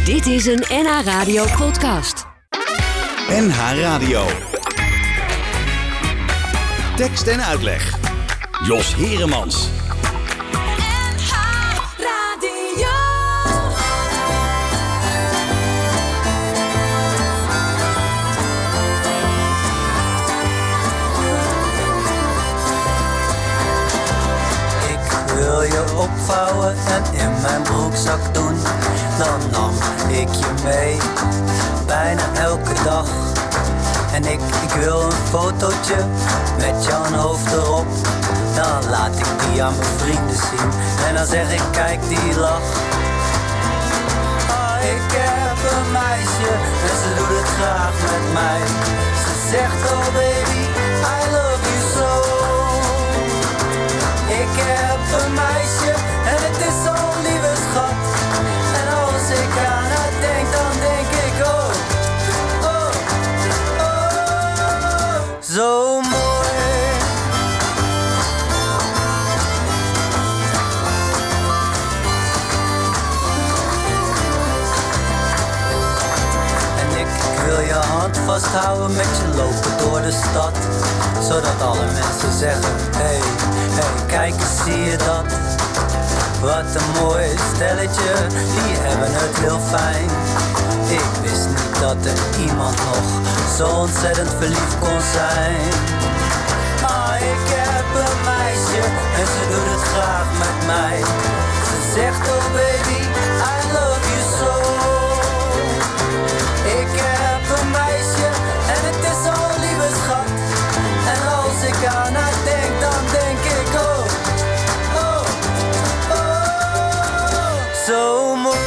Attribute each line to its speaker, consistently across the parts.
Speaker 1: Dit is een NH Radio podcast.
Speaker 2: NH Radio. Tekst en uitleg. Jos Heremans.
Speaker 1: NH Radio.
Speaker 3: Ik wil je opvouwen en in mijn broekzak doen. Dan nam ik je mee, bijna elke dag. En ik wil een fotootje met jouw hoofd erop. Dan laat ik die aan mijn vrienden zien en dan zeg ik kijk die lach. Oh, ik heb een meisje en ze doet het graag met mij. Ze zegt oh baby, I love you so. Ik heb een meisje en het is zo'n lieve schat. En als ik aan haar denk, dan denk ik oh, oh, oh, zo mooi. En ik wil je hand vasthouden met je lopen door de stad. Zodat alle mensen zeggen, hey, hey, kijk eens, zie je dat? Wat een mooi stelletje, die hebben het heel fijn. Ik wist niet dat er iemand nog zo ontzettend verliefd kon zijn. Ah, ik heb een meisje en ze doet het graag met mij. Ze zegt oh baby, I love you so. Ik heb een meisje en het is zo'n lieve schat. En als ik aan haar denk, dan denk ik oh, oh, oh, zo mooi.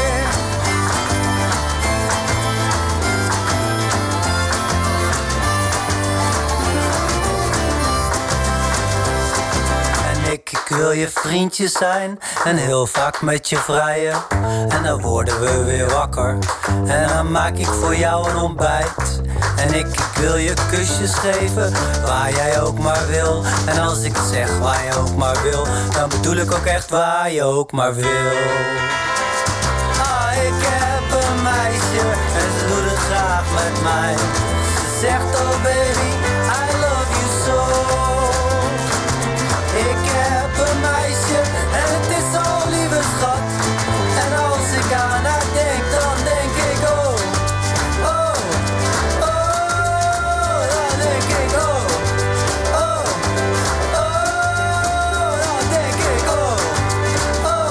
Speaker 3: En ik wil je vriendje zijn en heel vaak met je vrijen. En dan worden we weer wakker en dan maak ik voor jou een ontbijt. En ik wil je kusjes geven waar jij ook maar wil. En als ik zeg waar je ook maar wil, dan bedoel ik ook echt waar je ook maar wil. Ah, ik heb een meisje en ze doet het graag met mij. Ze zegt oh baby, I love you so. Ik heb een meisje en het is zo'n lieve schat. En als ik aan haar denk, dan denk ik oh, oh, oh, dan denk ik oh, oh, oh, dan denk ik oh, oh,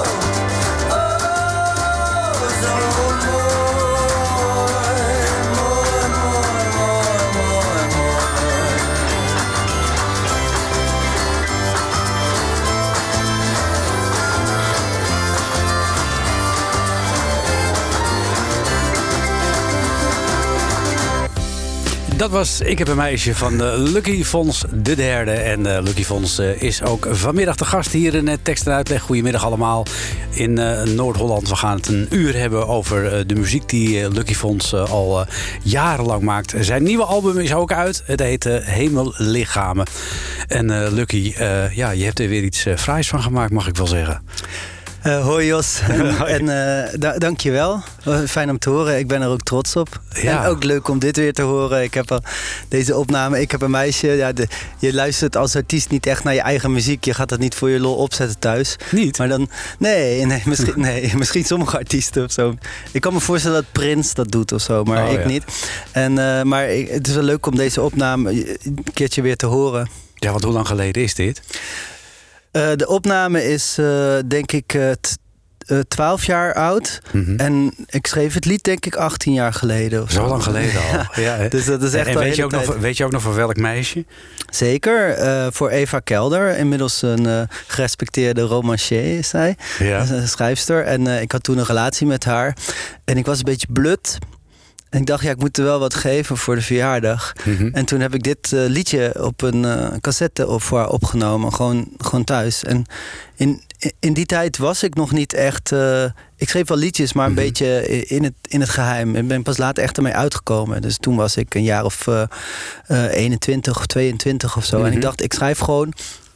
Speaker 3: oh, zo mooi, mooi, mooi, mooi, mooi, mooi.
Speaker 4: Dat was Ik heb een meisje van Lucky Fons de derde. En Lucky Fons is ook vanmiddag te gast hier in Tekst en Uitleg. Goedemiddag allemaal in Noord-Holland. We gaan het een uur hebben over de muziek die Lucky Fons al jarenlang maakt. Zijn nieuwe album is ook uit. Het heet Hemellichamen. En Lucky, ja, je hebt er weer iets fraais van gemaakt, mag ik wel zeggen.
Speaker 3: Hoi Jos, en dank je wel. Fijn om te horen, ik ben er ook trots op.
Speaker 4: Ja.
Speaker 3: En ook leuk om dit weer te horen. Ik heb al deze opname, Ik heb een meisje. Ja, je luistert als artiest niet echt naar je eigen muziek. Je gaat dat niet voor je lol opzetten thuis.
Speaker 4: Niet?
Speaker 3: Maar dan, misschien sommige artiesten of zo. Ik kan me voorstellen dat Prince dat doet of zo, maar ik niet. En, maar het is wel leuk om deze opname een keertje weer te horen.
Speaker 4: Ja, want hoe lang geleden is dit?
Speaker 3: De opname is denk ik 12 jaar oud. Mm-hmm. En ik schreef het lied denk ik 18 jaar geleden. Of zo
Speaker 4: lang geleden al. Ja,
Speaker 3: dus dat is echt
Speaker 4: en weet je ook nog van welk meisje?
Speaker 3: Zeker, voor Eva Kelder. Inmiddels een gerespecteerde romancier is zij. Ja. Een schrijfster. En ik had toen een relatie met haar. En ik was een beetje blut. En ik dacht, ja, ik moet er wel wat geven voor de verjaardag. Mm-hmm. En toen heb ik dit liedje op een cassette voor haar opgenomen. Gewoon thuis. En in die tijd was ik nog niet echt... ik schreef wel liedjes, maar een beetje in het geheim. Ik ben pas later echt ermee uitgekomen. Dus toen was ik een jaar of 21 of 22 of zo. Mm-hmm. En ik dacht, ik schrijf gewoon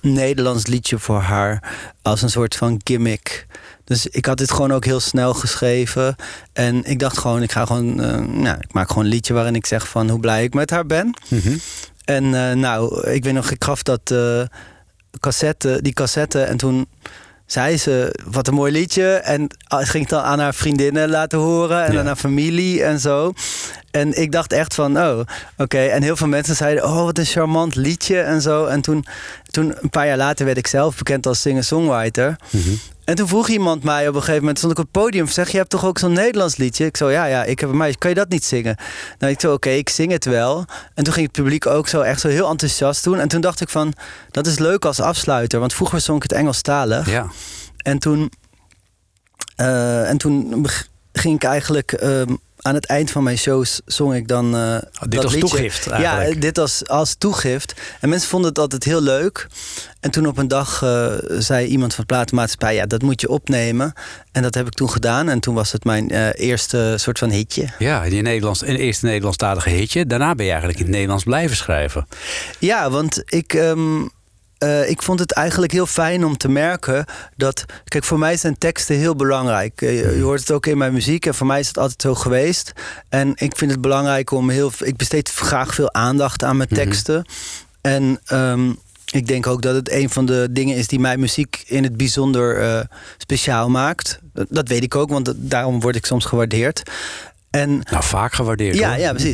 Speaker 3: Nederlands liedje voor haar als een soort van gimmick. Dus ik had dit gewoon ook heel snel geschreven. En ik dacht gewoon, ik maak gewoon een liedje waarin ik zeg van hoe blij ik met haar ben.
Speaker 4: Mhm.
Speaker 3: En ik weet nog, ik gaf die cassette en toen zei ze, wat een mooi liedje. En het ging dan aan haar vriendinnen laten horen en aan haar familie en zo. En ik dacht echt van, oké. En heel veel mensen zeiden, wat een charmant liedje en zo. En toen een paar jaar later werd ik zelf bekend als singer-songwriter. Mm-hmm. En toen vroeg iemand mij op een gegeven moment, stond ik op het podium, zeg, je hebt toch ook zo'n Nederlands liedje? Ik zo, ja, ik heb een meisje, kan je dat niet zingen? Nou, ik zo, oké, ik zing het wel. En toen ging het publiek ook zo echt zo heel enthousiast doen. En toen dacht ik van, dat is leuk als afsluiter, want vroeger zong ik het Engelstalig. Ja. En toen ging ik eigenlijk aan het eind van mijn shows zong ik dan
Speaker 4: dit als toegift eigenlijk.
Speaker 3: Ja, dit als toegift. En mensen vonden het altijd heel leuk. En toen op een dag zei iemand van de platenmaatschappij, ja, dat moet je opnemen. En dat heb ik toen gedaan. En toen was het mijn eerste soort van hitje.
Speaker 4: Ja, een eerste Nederlandstalige hitje. Daarna ben je eigenlijk in het Nederlands blijven schrijven.
Speaker 3: Ja, want ik vond het eigenlijk heel fijn om te merken dat... Kijk, voor mij zijn teksten heel belangrijk. Je hoort het ook in mijn muziek en voor mij is het altijd zo geweest. En ik vind het belangrijk ik besteed graag veel aandacht aan mijn teksten. En ik denk ook dat het een van de dingen is die mijn muziek in het bijzonder speciaal maakt. Dat weet ik ook, want daarom word ik soms gewaardeerd.
Speaker 4: Vaak gewaardeerd.
Speaker 3: Ja, precies.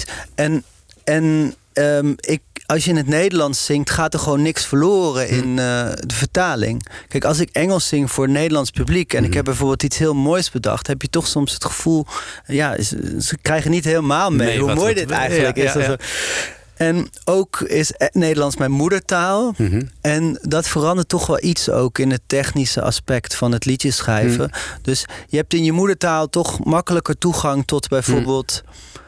Speaker 3: Als je in het Nederlands zingt, gaat er gewoon niks verloren in de vertaling. Kijk, als ik Engels zing voor het Nederlands publiek en ik heb bijvoorbeeld iets heel moois bedacht, heb je toch soms het gevoel, ze krijgen niet helemaal mee hoe mooi dit eigenlijk is. Ja. En ook is Nederlands mijn moedertaal. Mm-hmm. En dat verandert toch wel iets ook in het technische aspect van het liedjes schrijven. Dus je hebt in je moedertaal toch makkelijker toegang tot bijvoorbeeld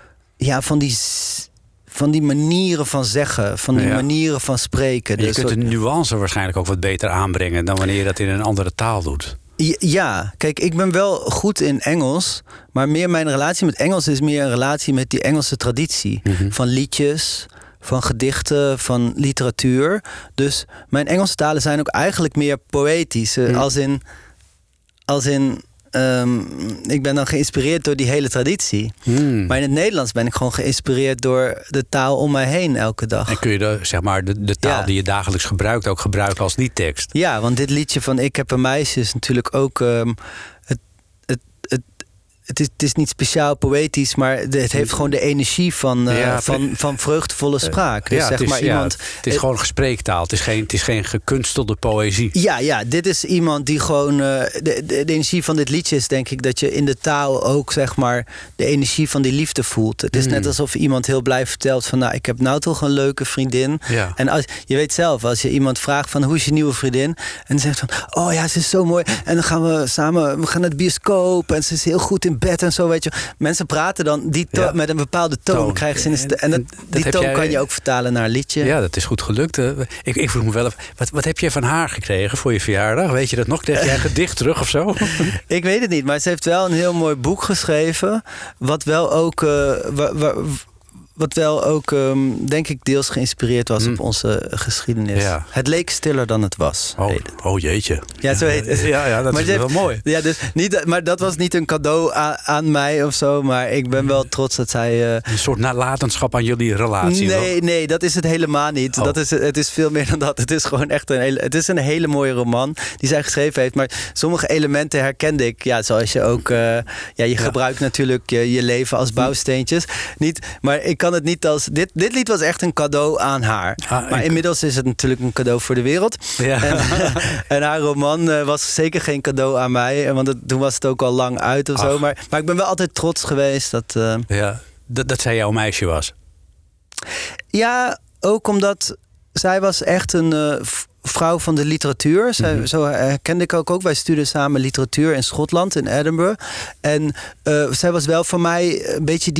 Speaker 3: van die manieren van zeggen, van die manieren van spreken.
Speaker 4: En je kunt de nuance waarschijnlijk ook wat beter aanbrengen dan wanneer je dat in een andere taal doet.
Speaker 3: Ja, kijk, ik ben wel goed in Engels, maar meer mijn relatie met Engels is meer een relatie met die Engelse traditie. Mm-hmm. Van liedjes, van gedichten, van literatuur. Dus mijn Engelse talen zijn ook eigenlijk meer poëtisch. Als in ik ben dan geïnspireerd door die hele traditie. Maar in het Nederlands ben ik gewoon geïnspireerd door de taal om mij heen elke dag. En
Speaker 4: kun je de taal die je dagelijks gebruikt ook gebruiken als liedtekst?
Speaker 3: Ja, want dit liedje van Ik heb een meisje is natuurlijk ook... Het is niet speciaal poëtisch, maar het heeft gewoon de energie van vreugdevolle spraak. Dus
Speaker 4: het is gewoon gespreektaal. Het is geen gekunstelde poëzie.
Speaker 3: Ja, dit is iemand die gewoon... de energie van dit liedje is denk ik dat je in de taal ook zeg maar de energie van die liefde voelt. Het is net alsof iemand heel blij vertelt van ik heb nou toch een leuke vriendin. Ja. En je weet zelf, als je iemand vraagt van hoe is je nieuwe vriendin? En ze zegt van ze is zo mooi. En dan gaan we samen, we gaan naar de bioscoop en ze is heel goed in bed en zo, weet je. Mensen praten dan met een bepaalde toon. Krijgen ze en die toon kan je ook vertalen naar een liedje.
Speaker 4: Ja, dat is goed gelukt. Ik vroeg me wel wat heb je van haar gekregen voor je verjaardag? Weet je dat nog? Kreeg jij een gedicht terug of zo?
Speaker 3: Ik weet het niet, maar ze heeft wel een heel mooi boek geschreven. Wat wel ook denk ik deels geïnspireerd was op onze geschiedenis. Ja. Het leek stiller dan het was.
Speaker 4: Oh jeetje.
Speaker 3: Ja, zo heet het.
Speaker 4: Ja, dat is wel mooi.
Speaker 3: Ja, dus maar dat was niet een cadeau aan mij of zo. Maar ik ben wel trots dat zij...
Speaker 4: een soort nalatenschap aan jullie relatie.
Speaker 3: Nee, dat is het helemaal niet. Het is veel meer dan dat. Het is gewoon echt een hele mooie roman die zij geschreven heeft. Maar sommige elementen herkende ik. Ja, zoals je ook... je gebruikt natuurlijk je leven als bouwsteentjes. Maar ik kan het niet als... Dit lied was echt een cadeau aan haar. Maar inmiddels is het natuurlijk een cadeau voor de wereld. Ja. En haar roman was zeker geen cadeau aan mij. Want toen was het ook al lang uit of zo. Maar ik ben wel altijd trots geweest
Speaker 4: dat zij jouw meisje was.
Speaker 3: Ja, ook omdat zij was echt een... vrouw van de literatuur. Zo herkende ik ook. Wij studeerden samen literatuur in Schotland, in Edinburgh. En zij was wel voor mij een beetje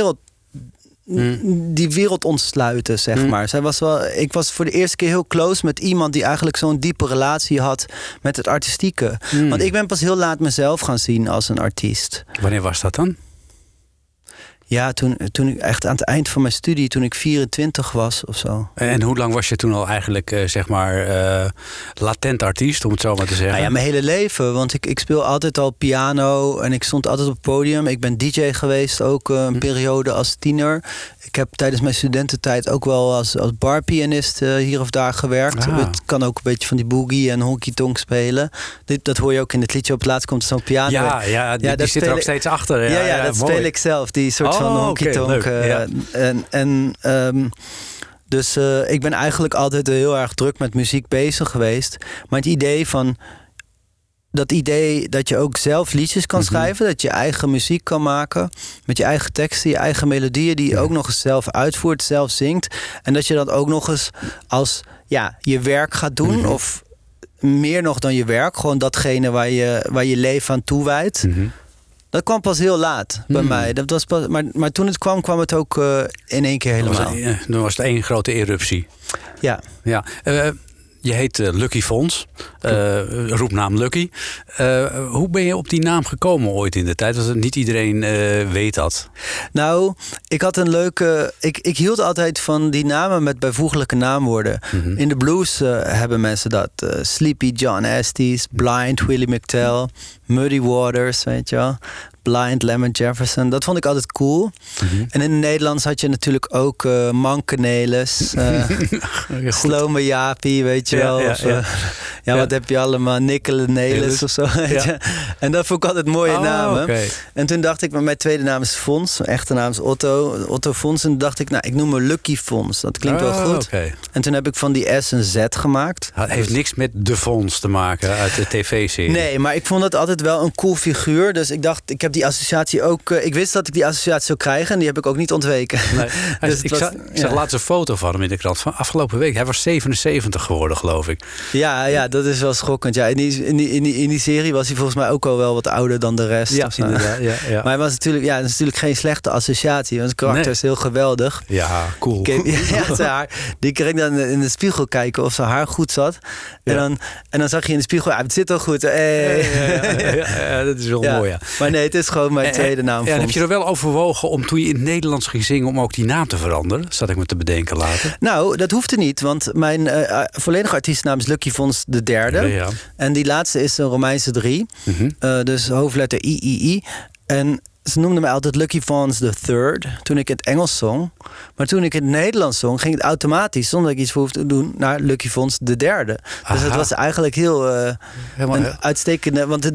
Speaker 3: die wereld ontsluiten, zeg maar. Ik was voor de eerste keer heel close met iemand die eigenlijk zo'n diepe relatie had met het artistieke. Want ik ben pas heel laat mezelf gaan zien als een artiest.
Speaker 4: Wanneer was dat dan?
Speaker 5: Ja, toen ik echt aan het eind van mijn studie, toen ik 24 was of zo.
Speaker 4: En hoe lang was je toen al eigenlijk, latent artiest, om het zo maar te zeggen?
Speaker 5: Nou ja, mijn hele leven. Want ik speel altijd al piano en ik stond altijd op het podium. Ik ben DJ geweest, ook een periode als tiener. Ik heb tijdens mijn studententijd ook wel als barpianist hier of daar gewerkt. Het kan ook een beetje van die boogie en honky-tonk spelen. Dat hoor je ook in het liedje. Op het laatst komt er zo'n piano.
Speaker 4: Die zit er ook steeds achter.
Speaker 5: Ja, dat
Speaker 4: mooi.
Speaker 5: speel ik zelf. Die soort van honky-tonk. Dus ik ben eigenlijk altijd heel erg druk met muziek bezig geweest. Maar het idee dat je ook zelf liedjes kan schrijven, dat je eigen muziek kan maken, met je eigen teksten, je eigen melodieën, die je ook nog eens zelf uitvoert, zelf zingt. En dat je dat ook nog eens als je werk gaat doen, of meer nog dan je werk, gewoon datgene waar je leven aan toewijdt. Dat kwam pas heel laat bij mij. Dat was pas, maar toen het kwam het ook in één keer helemaal.
Speaker 4: Dan was het één grote eruptie.
Speaker 5: Ja.
Speaker 4: Je heet Lucky Fons, roepnaam Lucky. Hoe ben je op die naam gekomen ooit in de tijd? Want niet iedereen weet dat.
Speaker 5: Nou, ik had een leuke... Ik hield altijd van die namen met bijvoeglijke naamwoorden. In de blues hebben mensen dat. Sleepy John Estes, Blind Willie McTell, Muddy Waters, weet je wel. Blind Lemon Jefferson. Dat vond ik altijd cool. En in het Nederlands had je natuurlijk ook Manke Nelis, Slome Jaapie, weet je wel. Wat heb je allemaal? Nikkele Nelis of zo. Weet je? En dat vond ik altijd mooie namen.
Speaker 4: Okay.
Speaker 5: En toen dacht ik, mijn tweede naam is Fons. Mijn echte naam is Otto Fons. En toen dacht ik, ik noem me Lucky Fons. Dat klinkt wel goed. Okay. En toen heb ik van die S een Z gemaakt.
Speaker 4: Het heeft niks met de Fons te maken uit de tv-serie.
Speaker 5: Nee, maar ik vond het altijd wel een cool figuur. Dus ik dacht, ik heb die associatie ook... ik wist dat ik die associatie zou krijgen en die heb ik ook niet ontweken. Nee.
Speaker 4: Dus ik zag laatst een foto van hem in de krant van afgelopen week. Hij was 77 geworden, geloof ik.
Speaker 5: Ja, dat is wel schokkend. Ja, in die serie was hij volgens mij ook al wel wat ouder dan de rest.
Speaker 4: Ja, inderdaad. Ja.
Speaker 5: Maar hij was natuurlijk geen slechte associatie. Want zijn karakter is heel geweldig.
Speaker 4: Ja, cool.
Speaker 5: Die kreeg dan in de spiegel kijken of zijn haar goed zat. En dan zag je in de spiegel, het zit al goed.
Speaker 4: Ja, dat is wel mooi, ja.
Speaker 5: Maar nee, het is gewoon mijn tweede naam.
Speaker 4: En heb je er wel overwogen om toen je in het Nederlands ging zingen om ook die naam te veranderen? Zat ik me te bedenken later.
Speaker 5: Nou, dat hoefde niet, want mijn volledige artiestennaam is Lucky Fons III. Ja. En die laatste is een Romeinse 3. Dus hoofdletter III. En ze noemden mij altijd Lucky Fons III toen ik het Engels zong. Maar toen ik het Nederlands zong, ging het automatisch, zonder dat ik iets voor hoefde te doen, naar Lucky Fons III. Dus het was eigenlijk heel een uitstekende... Want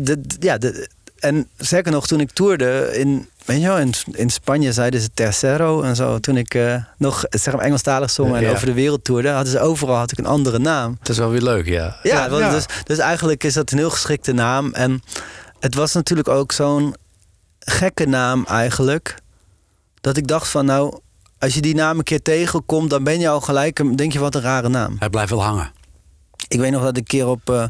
Speaker 5: en zeker nog, toen ik toerde in Spanje zeiden ze tercero en zo. Toen ik nog Engelstalig zong en over de wereld toerde, had ik een andere naam.
Speaker 4: Dat is wel weer leuk, ja.
Speaker 5: Dus eigenlijk is dat een heel geschikte naam. En het was natuurlijk ook zo'n gekke naam eigenlijk, dat ik dacht van als je die naam een keer tegenkomt, dan ben je al gelijk, denk je wat een rare naam.
Speaker 4: Hij blijft wel hangen.
Speaker 5: Ik weet nog dat ik een keer op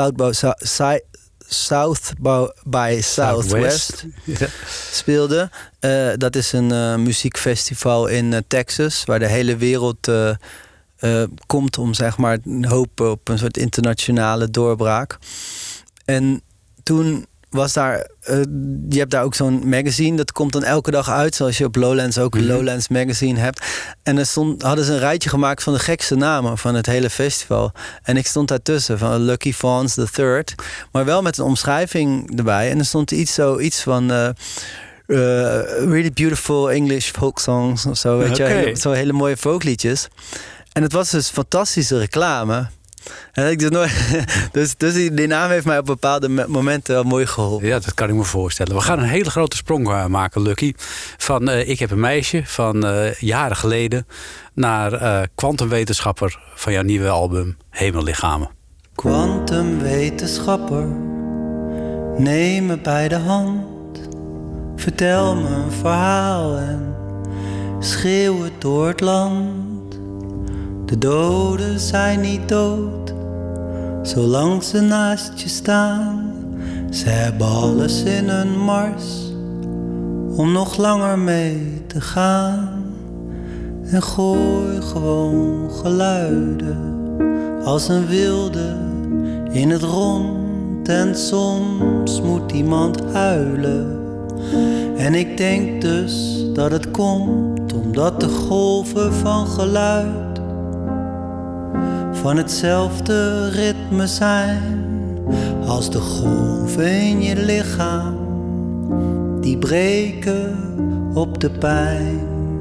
Speaker 5: South by Southwest speelde. Dat is een muziekfestival in Texas, waar de hele wereld komt om hopen op een soort internationale doorbraak. En toen was daar, je hebt daar ook zo'n magazine, dat komt dan elke dag uit, zoals je op Lowlands ook een Lowlands magazine hebt. En hadden ze een rijtje gemaakt van de gekste namen van het hele festival. En ik stond daartussen, van Lucky Fons III, maar wel met een omschrijving erbij. En er stond iets van really beautiful English folk songs of zo, weet je, zo hele mooie folkliedjes. En het was dus fantastische reclame. En ik dus die naam heeft mij op bepaalde momenten wel mooi geholpen.
Speaker 4: Ja, dat kan ik me voorstellen. We gaan een hele grote sprong maken, Lucky. Van Ik heb een meisje van jaren geleden naar kwantumwetenschapper van jouw nieuwe album Hemellichamen.
Speaker 3: Kwantumwetenschapper, neem me bij de hand. Vertel me een verhaal en schreeuw het door het land. De doden zijn niet dood, zolang ze naast je staan. Ze hebben alles in hun mars, om nog langer mee te gaan. En gooi gewoon geluiden, als een wilde, in het rond. En soms moet iemand huilen, En ik denk dus dat het komt omdat de golven van geluid van hetzelfde ritme zijn als de golven in je lichaam die breken op de pijn.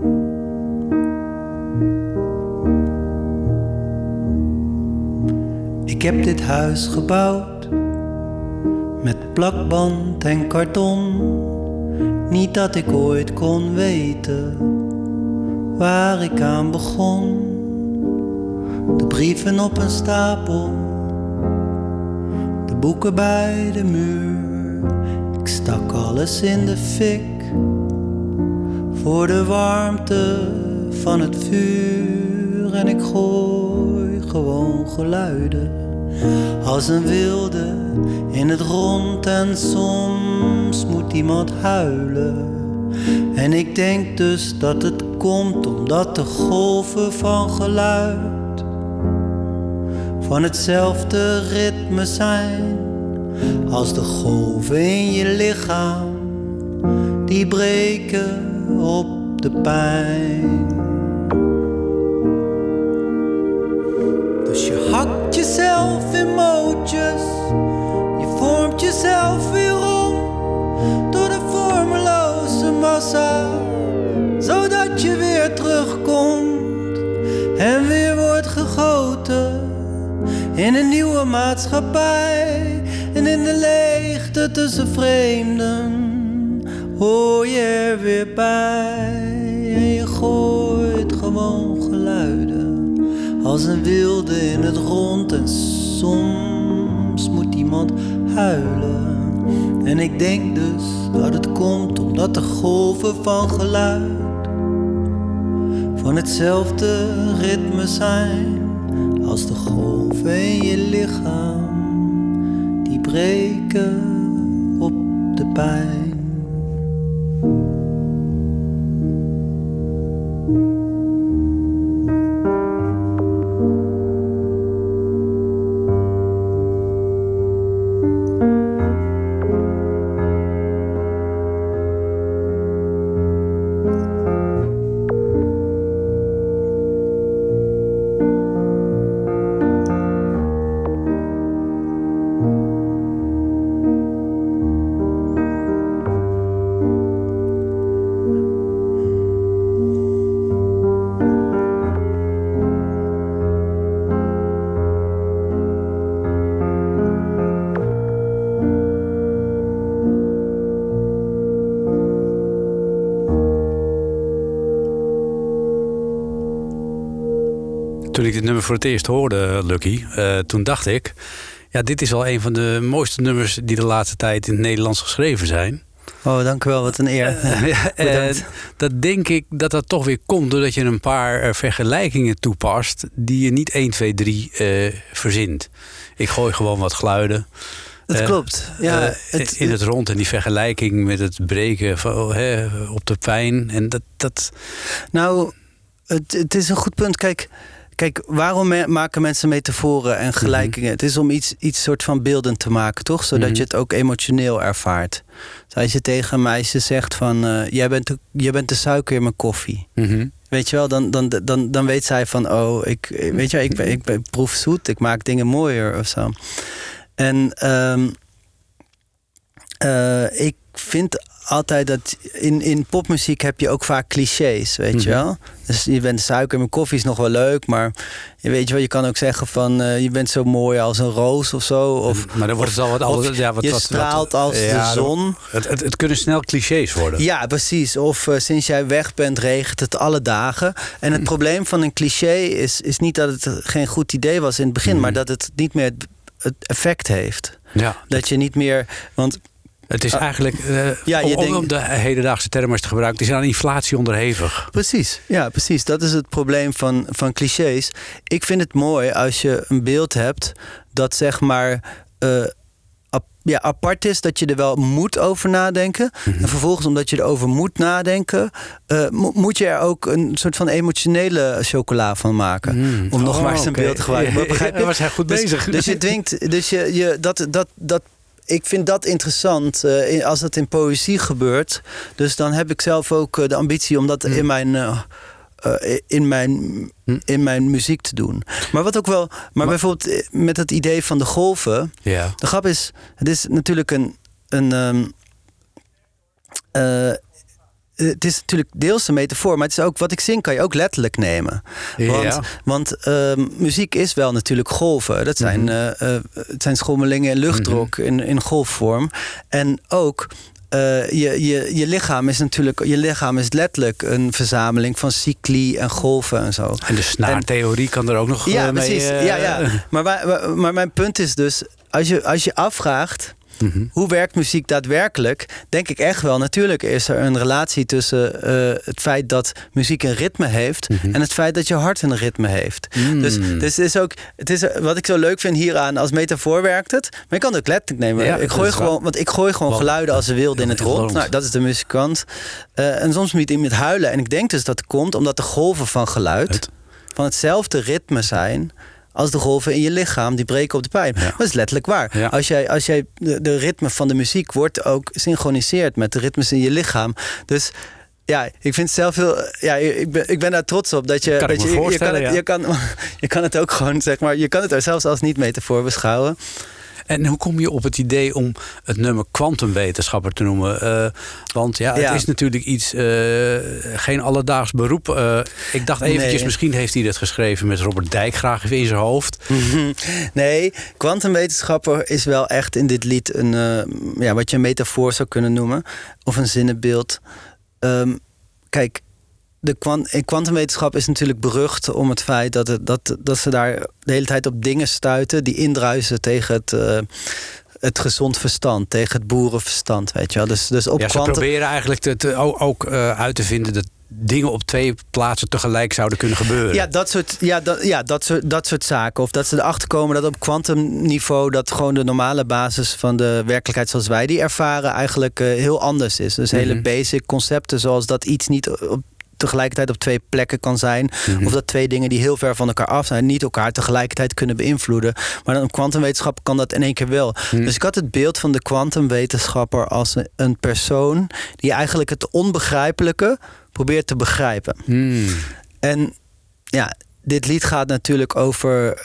Speaker 3: Ik heb dit huis gebouwd met plakband en karton. Niet dat ik ooit kon weten waar ik aan begon. De brieven op een stapel, de boeken bij de muur. Ik stak alles in de fik voor de warmte van het vuur. En ik gooi gewoon geluiden als een wilde in het rond. En soms moet iemand huilen. En ik denk dus dat het komt omdat de golven van geluid van hetzelfde ritme zijn als de golven in je lichaam die breken op de pijn. Dus je hakt jezelf in mootjes, je vormt jezelf weer om door de vormeloze massa, zodat je weer terugkomt en weer wordt gegoten in een nieuwe maatschappij. En in de leegte tussen vreemden hoor je er weer bij. En je gooit gewoon geluiden als een wilde in het rond. En soms moet iemand huilen. En ik denk dus dat het komt omdat de golven van geluid van hetzelfde ritme zijn als de golven in je lichaam die breken op de pijn.
Speaker 4: Toen ik dit nummer voor het eerst hoorde, Lucky, toen dacht ik, ja, dit is wel een van de mooiste nummers die de laatste tijd in het Nederlands geschreven zijn.
Speaker 5: Oh, dank u wel, wat een eer.
Speaker 4: Dat denk ik dat dat toch weer komt doordat je een paar vergelijkingen toepast die je niet 1, 2, 3 verzint. Ik gooi gewoon wat geluiden.
Speaker 5: Dat klopt. Ja,
Speaker 4: in het rond en die vergelijking met het breken van, op de pijn. En dat...
Speaker 5: Nou, het is een goed punt. Kijk, waarom maken mensen metaforen en gelijkingen? Mm-hmm. Het is om iets soort van beeldend te maken, toch? Zodat je het ook emotioneel ervaart. Dus als je tegen een meisje zegt van... jij bent de suiker in mijn koffie. Mm-hmm. Weet je wel, dan weet zij van... oh, ik proef zoet, ik maak dingen mooier of zo. En ik vind altijd dat in popmuziek heb je ook vaak clichés, weet je wel. Dus je bent suiker in mijn koffie is nog wel leuk, maar weet je wel, je kan ook zeggen van je bent zo mooi als een roos of zo. Of,
Speaker 4: maar dan wordt het al wat anders. Ja,
Speaker 5: je straalt als de zon.
Speaker 4: Het kunnen snel clichés worden.
Speaker 5: Ja, precies. Of sinds jij weg bent, regent het alle dagen. En het probleem van een cliché is niet dat het geen goed idee was in het begin, maar dat het niet meer het effect heeft. Ja. Dat je niet meer... Want
Speaker 4: het is eigenlijk, om de hedendaagse termen te gebruiken, het is aan inflatie onderhevig.
Speaker 5: Precies, ja, precies. Dat is het probleem van clichés. Ik vind het mooi als je een beeld hebt dat zeg maar apart is, dat je er wel moet over nadenken. Mm-hmm. En vervolgens, omdat je erover moet nadenken, moet je er ook een soort van emotionele chocola van maken. Om nog maar eens een beeld te gebruiken. Begrijp je?
Speaker 4: Was hij goed bezig.
Speaker 5: Dus je dwingt, dat ik vind dat interessant als dat in poëzie gebeurt. Dus dan heb ik zelf ook de ambitie om dat in mijn muziek te doen. Maar wat ook wel... Maar bijvoorbeeld met het idee van de golven...
Speaker 4: Ja.
Speaker 5: De grap is... Het is natuurlijk het is natuurlijk deels een metafoor, maar het is ook wat ik zing kan je ook letterlijk nemen. Want muziek is wel natuurlijk golven. Dat zijn, het zijn schommelingen en luchtdruk in golfvorm. En ook je lichaam is natuurlijk, je lichaam is letterlijk een verzameling van cycli en golven en zo.
Speaker 4: En de snaartheorie kan er ook nog mee...
Speaker 5: Precies. Maar mijn punt is dus, als je afvraagt... Hoe werkt muziek daadwerkelijk? Denk ik echt wel. Natuurlijk is er een relatie tussen het feit dat muziek een ritme heeft... en het feit dat je hart een ritme heeft. Dus het is ook, wat ik zo leuk vind hieraan, als metafoor werkt het. Maar je kan het ook letterlijk nemen.
Speaker 4: Ja,
Speaker 5: ik gooi gewoon geluiden als ze wilde in het rond. Nou, dat is de muzikant. En soms moet iemand huilen. En ik denk dus dat het komt omdat de golven van geluid... van hetzelfde ritme zijn... als de golven in je lichaam, die breken op de pijn. Ja. Dat is letterlijk waar. Ja. Als jij de ritme van de muziek wordt ook synchroniseerd met de ritmes in je lichaam. Dus ja, ik vind het zelf heel... Ja, ik ben daar trots op dat je kan het ook gewoon, zeg maar, je kan het er zelfs als niet-metafoor beschouwen.
Speaker 4: En hoe kom je op het idee om het nummer kwantumwetenschapper te noemen? Want het is natuurlijk iets, geen alledaags beroep. Ik dacht eventjes, misschien heeft hij dat geschreven met Robert Dijkgraaf in zijn hoofd.
Speaker 5: Nee, kwantumwetenschapper is wel echt in dit lied wat je een metafoor zou kunnen noemen. Of een zinnenbeeld. Kijk, kwantumwetenschap is natuurlijk berucht om het feit dat ze daar de hele tijd op dingen stuiten die indruisen tegen het gezond verstand, tegen het boerenverstand, weet je wel. Dus op
Speaker 4: ze proberen eigenlijk ook uit te vinden dat dingen op 2 plaatsen tegelijk zouden kunnen gebeuren. Ja, dat soort zaken. Of dat ze erachter komen dat op kwantumniveau dat gewoon de normale basis van de werkelijkheid zoals wij die ervaren eigenlijk heel anders is. Dus hele basic concepten zoals dat iets niet tegelijkertijd op 2 plekken kan zijn. Of dat 2 dingen die heel ver van elkaar af zijn niet elkaar tegelijkertijd kunnen beïnvloeden. Maar dan op kwantumwetenschap kan dat in één keer wel. Dus ik had het beeld van de kwantumwetenschapper als een persoon die eigenlijk het onbegrijpelijke probeert te begrijpen. En ja, dit lied gaat natuurlijk over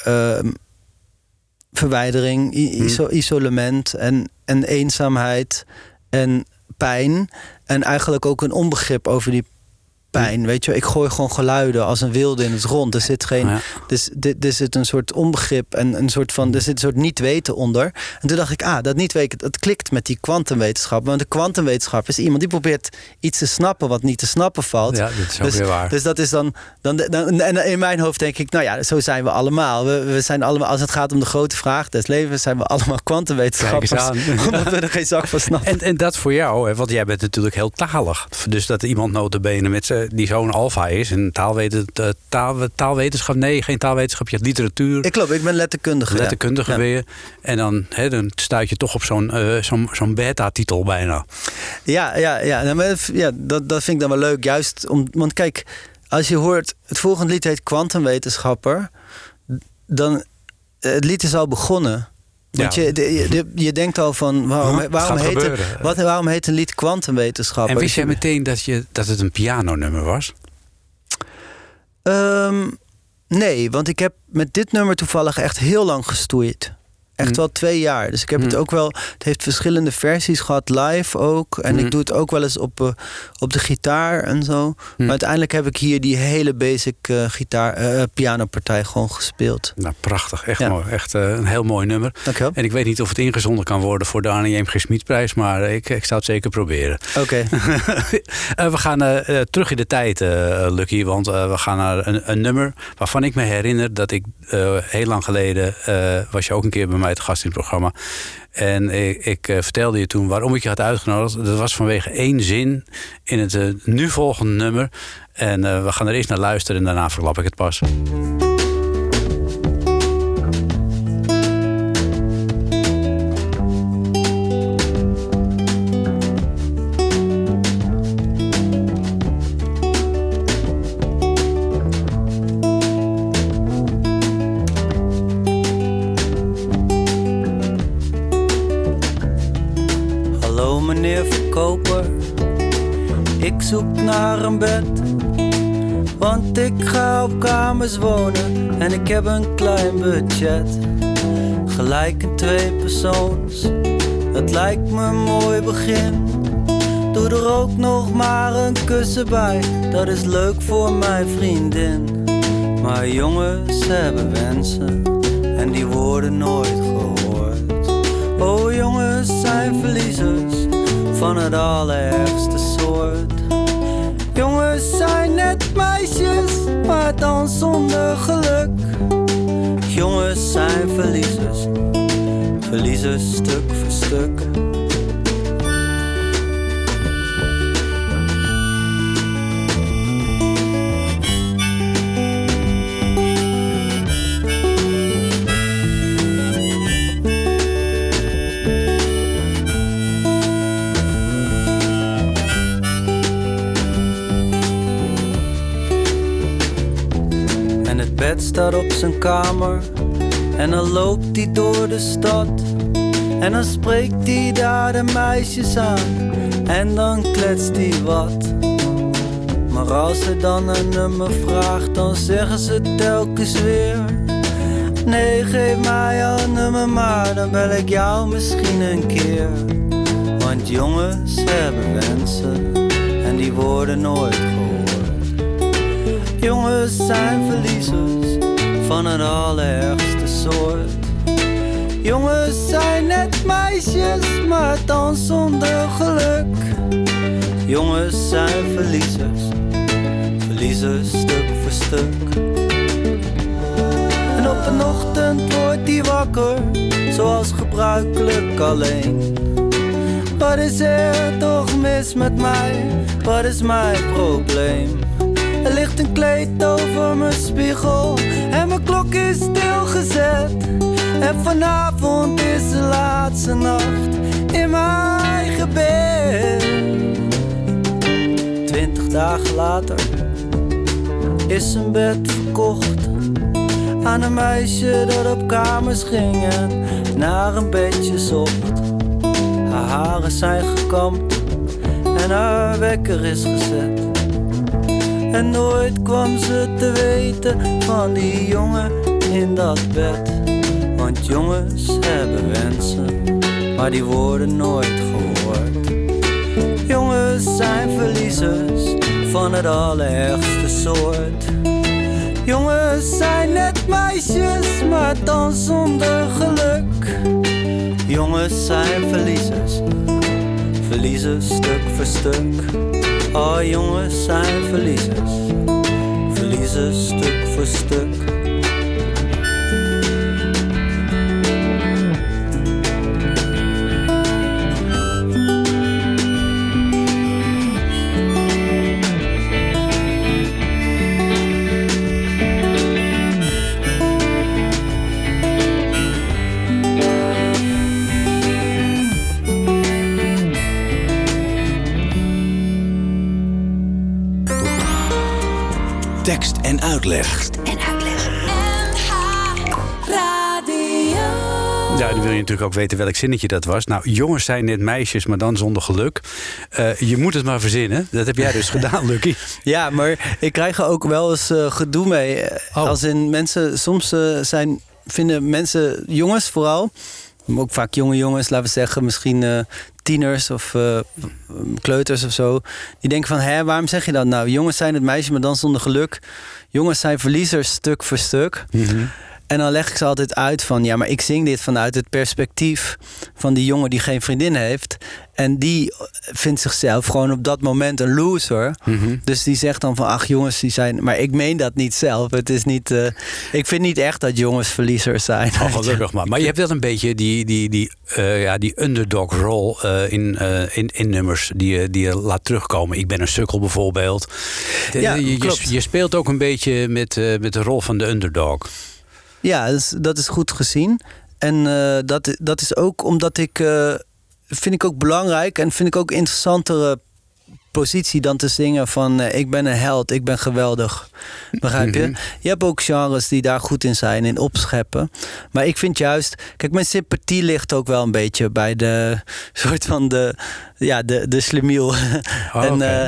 Speaker 4: verwijdering, isolement en eenzaamheid en pijn. En eigenlijk ook een onbegrip over die pijn. Weet je, ik gooi gewoon geluiden als een wilde in het rond. Er zit geen. Er zit een soort onbegrip en een soort van. Er zit een soort niet weten onder. En toen dacht ik, dat niet weten, dat klikt met die kwantumwetenschap. Want de kwantumwetenschap is iemand die probeert iets te snappen wat niet te snappen valt. Ja, dat is ook weer waar.
Speaker 5: Dus dat is dan en in mijn hoofd denk ik, nou ja, zo zijn we allemaal. We zijn allemaal, als het gaat om de grote vraag des levens, zijn we allemaal kwantumwetenschappers. Omdat we er geen zak van snappen.
Speaker 4: En dat voor jou, want jij bent natuurlijk heel talig. Dus dat iemand nota bene met die zo'n alfa is. En taalwetenschap, nee, geen taalwetenschap. Je hebt literatuur.
Speaker 5: Ik klopt, ik ben letterkundige.
Speaker 4: Letterkundige ben je. En dan stuit je toch op zo'n beta-titel bijna. Dat vind ik dan wel leuk. Juist want kijk, als je hoort, het volgende lied heet Kwantumwetenschapper. Dan, het lied is al begonnen. Want je denkt al van, waarom heet een lied kwantumwetenschapper? En wist jij meteen dat het een pianonummer was?
Speaker 5: Nee, want ik heb met dit nummer toevallig echt heel lang gestoeid. Echt wel 2 jaar. Dus ik heb het ook wel... Het heeft verschillende versies gehad, live ook. En ik doe het ook wel eens op de gitaar en zo. Maar uiteindelijk heb ik hier die hele basic pianopartij gewoon gespeeld.
Speaker 4: Nou, prachtig. Echt mooi. Echt een heel mooi nummer.
Speaker 5: Dankjewel.
Speaker 4: En ik weet niet of het ingezonden kan worden voor de Arnie M. G. Smitprijs. Maar ik zou het zeker proberen.
Speaker 5: Oké.
Speaker 4: We gaan terug in de tijd, Lucky. Want we gaan naar een nummer waarvan ik me herinner dat ik heel lang geleden... was je ook een keer bij mij te gast in het programma. En ik vertelde je toen waarom ik je had uitgenodigd. Dat was vanwege 1 zin in het nu volgende nummer. En we gaan er eerst naar luisteren en daarna verklap ik het pas.
Speaker 3: ik zoek naar een bed. Want ik ga op kamers wonen en ik heb een klein budget. Gelijk een 2-persoons, dat lijkt me een mooi begin. Doe er ook nog maar een kussen bij, dat is leuk voor mijn vriendin. Maar jongens hebben wensen en die worden nooit gehoord. Oh, jongens zijn verliezers van het allerergste soort. Jongens zijn net meisjes, maar dan zonder geluk. Jongens zijn verliezers, verliezers stuk voor stuk. Het bed staat op zijn kamer en dan loopt hij door de stad. En dan spreekt hij daar de meisjes aan en dan kletst hij wat. Maar als ze dan een nummer vraagt, dan zeggen ze telkens weer: nee, geef mij jouw nummer maar, dan bel ik jou misschien een keer. Want jongens hebben wensen en die worden nooit gehoord. Jongens zijn verliezers van het allerergste soort. Jongens zijn net meisjes, maar dan zonder geluk. Jongens zijn verliezers, verliezers stuk voor stuk. En op een ochtend wordt hij wakker, zoals gebruikelijk alleen. Wat is er toch mis met mij, wat is mijn probleem? Er ligt een kleed over mijn spiegel en mijn klok is stilgezet. En vanavond is de laatste nacht in mijn eigen bed. 20 dagen later is zijn bed verkocht aan een meisje dat op kamers ging en naar een bedje zocht. Haar haren zijn gekamd en haar wekker is gezet. En nooit kwam ze te weten van die jongen in dat bed. Want jongens hebben wensen, maar die worden nooit gehoord. Jongens zijn verliezers van het allerergste soort. Jongens zijn net meisjes, maar dan zonder geluk. Jongens zijn verliezers, verliezers stuk voor stuk. Oh, jongens zijn verliezers, verliezers stuk voor stuk.
Speaker 2: Tekst en uitleg.
Speaker 4: Ja, dan wil je natuurlijk ook weten welk zinnetje dat was. Nou, jongens zijn net meisjes, maar dan zonder geluk. Je moet het maar verzinnen. Dat heb jij dus gedaan, Lucky.
Speaker 5: Ja, maar ik krijg er ook wel eens gedoe mee. Als in mensen, soms vinden mensen, jongens vooral, ook vaak jonge jongens, laten we zeggen, misschien tieners of kleuters of zo. Die denken van, waarom zeg je dat nou? Jongens zijn het meisje, maar dan zonder geluk. Jongens zijn verliezers stuk voor stuk. Mm-hmm. En dan leg ik ze altijd uit van, ja, maar ik zing dit vanuit het perspectief van die jongen die geen vriendin heeft. En die vindt zichzelf gewoon op dat moment een loser. Mm-hmm. Dus die zegt dan van, ach jongens, die zijn... Maar ik meen dat niet zelf. Het is niet... ik vind niet echt dat jongens verliezers zijn.
Speaker 4: Oh, gelukkig maar. Maar je hebt wel een beetje die underdog rol in nummers die je laat terugkomen. Ik ben een sukkel bijvoorbeeld.
Speaker 5: Ja,
Speaker 4: je speelt ook een beetje met de rol van de underdog.
Speaker 5: Ja, dat is goed gezien. En dat is ook omdat vind ik ook belangrijk en vind ik ook interessantere positie dan te zingen van ik ben een held, ik ben geweldig. Begrijp je? Mm-hmm. Je hebt ook genres die daar goed in zijn, in opscheppen. Maar ik vind juist, kijk, mijn sympathie ligt ook wel een beetje bij de soort van de slemiel. Oh, en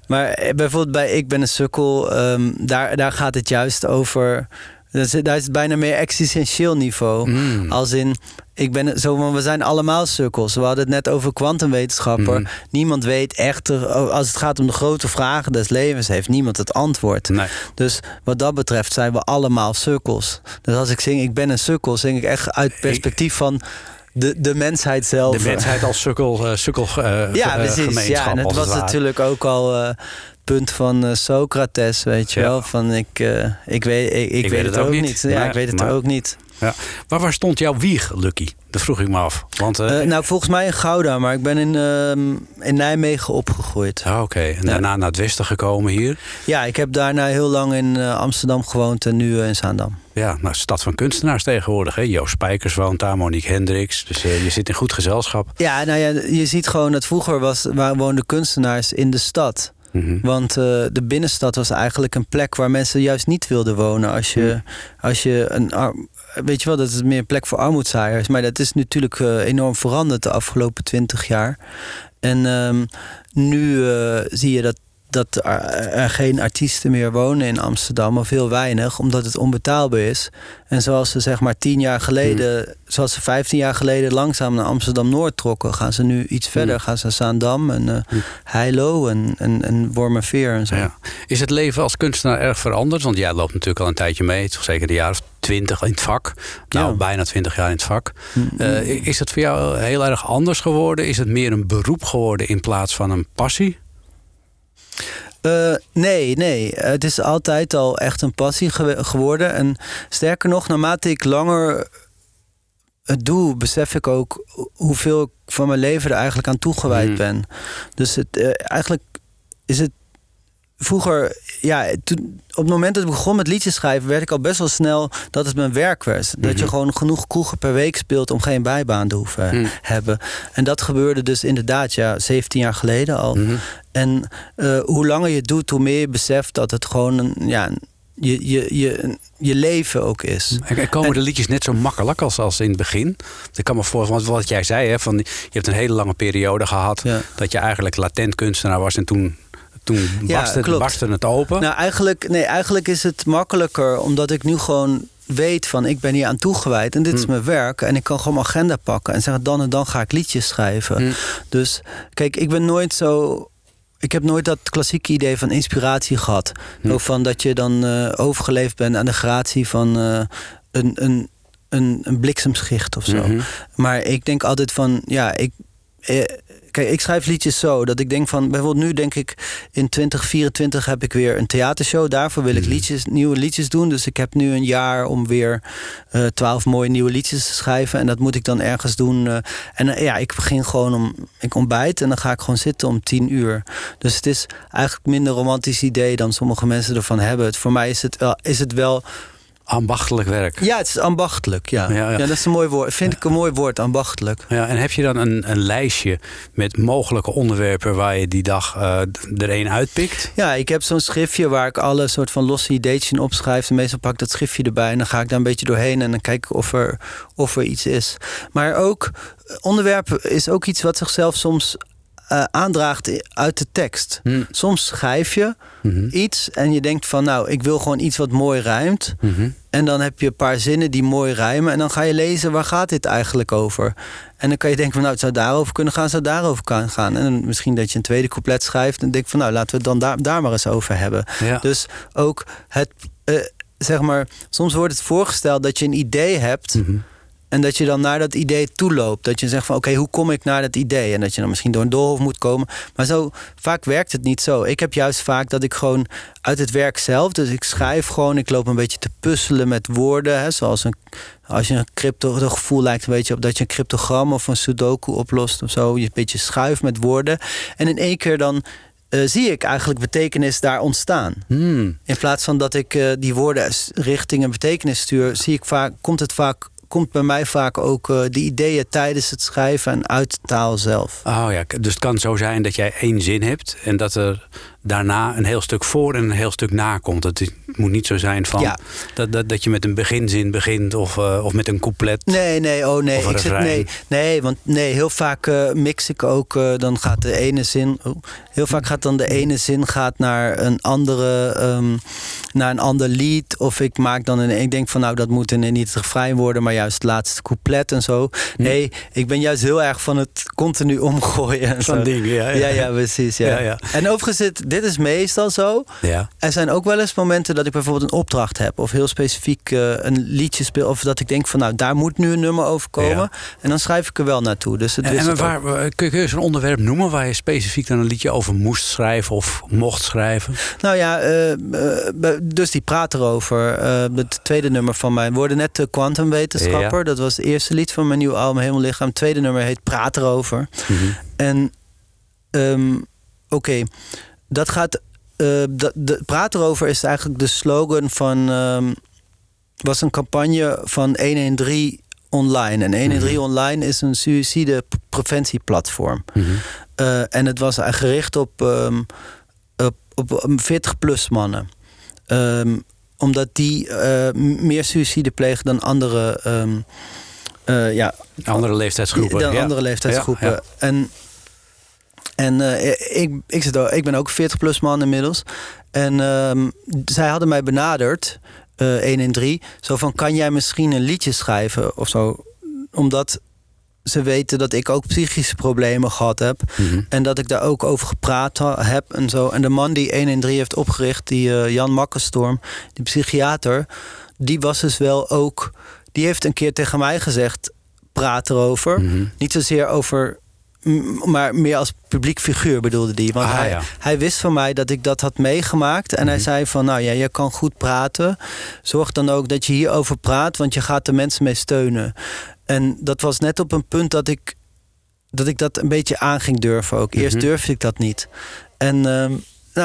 Speaker 5: Maar bijvoorbeeld bij Ik ben een sukkel, daar gaat het juist over. Daar is het bijna meer existentieel niveau. Als in, we zijn allemaal sukkels. We hadden het net over kwantumwetenschapper. Niemand weet echt, als het gaat om de grote vragen des levens, heeft niemand het antwoord.
Speaker 4: Nee.
Speaker 5: Dus wat dat betreft zijn we allemaal sukkels. Dus als ik zing Ik ben een sukkel, zing ik echt uit perspectief van de mensheid zelf.
Speaker 4: De mensheid als sukkel
Speaker 5: ja, precies. Ja, en het was natuurlijk ook al punt van Socrates, weet je wel. Van ik weet het ook niet. Ja, ik weet het ook niet.
Speaker 4: Ja. Waar stond jouw wieg, Lucky? Dat vroeg ik me af. Want,
Speaker 5: nou, volgens mij in Gouda, maar ik ben in Nijmegen opgegroeid.
Speaker 4: Oké. En daarna naar het westen gekomen hier?
Speaker 5: Ja, ik heb daarna heel lang in Amsterdam gewoond en nu in Zaandam.
Speaker 4: Ja, nou, stad van kunstenaars tegenwoordig. Hè? Joost Spijkers woont daar, Monique Hendricks. Dus je zit in goed gezelschap.
Speaker 5: Ja, nou ja, je ziet gewoon dat vroeger woonden kunstenaars in de stad. Want de binnenstad was eigenlijk een plek waar mensen juist niet wilden wonen. Als je weet je wel, dat is meer een plek voor armoedzaaiers. Maar dat is natuurlijk enorm veranderd de afgelopen 20 jaar. En nu zie je dat er geen artiesten meer wonen in Amsterdam, of heel weinig, omdat het onbetaalbaar is. En zoals ze zeg maar 10 jaar geleden, zoals ze 15 jaar geleden langzaam naar Amsterdam-Noord trokken, gaan ze nu iets verder. Gaan ze naar Zaandam en Heilo en Wormerveer en zo.
Speaker 4: Ja. Is het leven als kunstenaar erg veranderd? Want jij loopt natuurlijk al een tijdje mee, toch zeker een jaar of 20 in het vak. Nou, bijna 20 jaar in het vak. Is het voor jou heel erg anders geworden? Is het meer een beroep geworden in plaats van een passie?
Speaker 5: Nee. Het is altijd al echt een passie geworden. En sterker nog, naarmate ik langer het doe, besef ik ook hoeveel ik van mijn leven er eigenlijk aan toegewijd ben. Dus eigenlijk is het vroeger, op het moment dat ik begon met liedjes schrijven, werd ik al best wel snel dat het mijn werk werd. Dat je gewoon genoeg kroegen per week speelt om geen bijbaan te hoeven hebben. En dat gebeurde dus inderdaad 17 jaar geleden al. En hoe langer je het doet, hoe meer je beseft dat het gewoon je leven ook is.
Speaker 4: En komen de liedjes net zo makkelijk als in het begin? Ik kan me voorstellen, want wat jij zei, hè, van, je hebt een hele lange periode gehad dat je eigenlijk latent kunstenaar was en toen barstte het open.
Speaker 5: Nou, eigenlijk is het makkelijker, omdat ik nu gewoon weet van ik ben hier aan toegewijd en dit is mijn werk en ik kan gewoon mijn agenda pakken en zeggen dan en dan ga ik liedjes schrijven. Dus kijk, ik heb nooit dat klassieke idee van inspiratie gehad. Ook van dat je dan overgeleefd bent aan de gratie van een bliksemschicht of zo. Maar ik denk altijd van kijk, ik schrijf liedjes zo dat ik denk van, bijvoorbeeld nu denk ik in 2024 heb ik weer een theatershow. Daarvoor wil ik nieuwe liedjes doen. Dus ik heb nu een jaar om weer 12 mooie nieuwe liedjes te schrijven. En dat moet ik dan ergens doen. Ik begin gewoon ik ontbijt en dan ga ik gewoon zitten om 10 uur. Dus het is eigenlijk minder romantisch idee dan sommige mensen ervan hebben. Voor mij is het wel
Speaker 4: ambachtelijk werk.
Speaker 5: Ja, het is ambachtelijk. Ja, dat is een mooi woord. Vind ik een mooi woord, ambachtelijk.
Speaker 4: Ja, en heb je dan een lijstje met mogelijke onderwerpen waar je die dag er één uitpikt?
Speaker 5: Ja, ik heb zo'n schriftje waar ik alle soort van losse ideetjes in opschrijf. En meestal pak ik dat schriftje erbij en dan ga ik daar een beetje doorheen en dan kijk ik of er iets is. Maar ook onderwerp is ook iets wat zichzelf soms aandraagt uit de tekst. Soms schrijf je iets en je denkt van nou, ik wil gewoon iets wat mooi rijmt. En dan heb je een paar zinnen die mooi rijmen en dan ga je lezen, waar gaat dit eigenlijk over? En dan kan je denken van nou, het zou daarover kunnen gaan, het zou daarover kunnen gaan. En dan misschien dat je een tweede couplet schrijft en denk van nou, laten we het dan daar maar eens over hebben. Ja. Dus ook het zeg maar, soms wordt het voorgesteld dat je een idee hebt. En dat je dan naar dat idee toeloopt. Dat je zegt van oké, hoe kom ik naar dat idee? En dat je dan misschien door een doolhof moet komen. Maar zo vaak werkt het niet zo. Ik heb juist vaak dat ik gewoon uit het werk zelf. Dus ik schrijf gewoon. Ik loop een beetje te puzzelen met woorden. Hè, zoals als je een het gevoel lijkt een beetje op dat je een cryptogram of een sudoku oplost of zo. Je een beetje schuift met woorden. En in één keer dan zie ik eigenlijk betekenis daar ontstaan. In plaats van dat ik die woorden richting een betekenis stuur, komt bij mij vaak ook de ideeën tijdens het schrijven en uit de taal zelf.
Speaker 4: Oh ja, dus het kan zo zijn dat jij één zin hebt en dat er daarna een heel stuk voor en een heel stuk na komt. Het moet niet zo zijn van dat je met een beginzin begint of met een couplet.
Speaker 5: Nee,
Speaker 4: Of een refrein.
Speaker 5: Want heel vaak mix ik ook. Dan gaat de ene zin. Heel vaak gaat dan de ene zin naar een andere, naar een ander lied. Of ik maak dan ik denk van dat moet niet het refrein worden, maar juist het laatste couplet en zo. Nee, ik ben juist heel erg van het continu omgooien. En
Speaker 4: Zo'n ding,
Speaker 5: ja, precies. Ja. En overigens, dit is meestal zo.
Speaker 4: Ja.
Speaker 5: Er zijn ook wel eens momenten dat ik bijvoorbeeld een opdracht heb. Of heel specifiek een liedje speel. Of dat ik denk van daar moet nu een nummer over komen. Ja. En dan schrijf ik er wel naartoe. Dus
Speaker 4: kun je zo'n onderwerp noemen waar je specifiek dan een liedje over moest schrijven of mocht schrijven?
Speaker 5: Nou ja, dus die praat erover. Het tweede nummer van mij. We worden net de kwantumwetenschapper. Ja. Dat was het eerste lied van mijn nieuwe album Helemaal Lichaam. Het tweede nummer heet Praat erover. Mm-hmm. En oké, dat gaat... de Praat erover is eigenlijk de slogan van... was een campagne van 113 Online. En 113 Online is een suïcidepreventieplatform. Mm-hmm. En het was gericht op 40-plus mannen. Omdat die meer suïcide plegen dan andere...
Speaker 4: andere leeftijdsgroepen.
Speaker 5: Dan andere leeftijdsgroepen. Ja. En ik ben ook 40-plus man inmiddels. En zij hadden mij benaderd, 113. Zo van, kan jij misschien een liedje schrijven of zo? Omdat ze weten dat ik ook psychische problemen gehad heb. Mm-hmm. En dat ik daar ook over gepraat heb en zo. En de man die 113 heeft opgericht, die Jan Makkenstorm, die psychiater, die was dus wel ook... Die heeft een keer tegen mij gezegd, praat erover. Mm-hmm. Niet zozeer over... maar meer als publiek figuur bedoelde die. Want hij wist van mij dat ik dat had meegemaakt. En hij zei van, je kan goed praten. Zorg dan ook dat je hierover praat, want je gaat de mensen mee steunen. En dat was net op een punt dat ik dat een beetje aan ging durven ook. Eerst durfde ik dat niet. En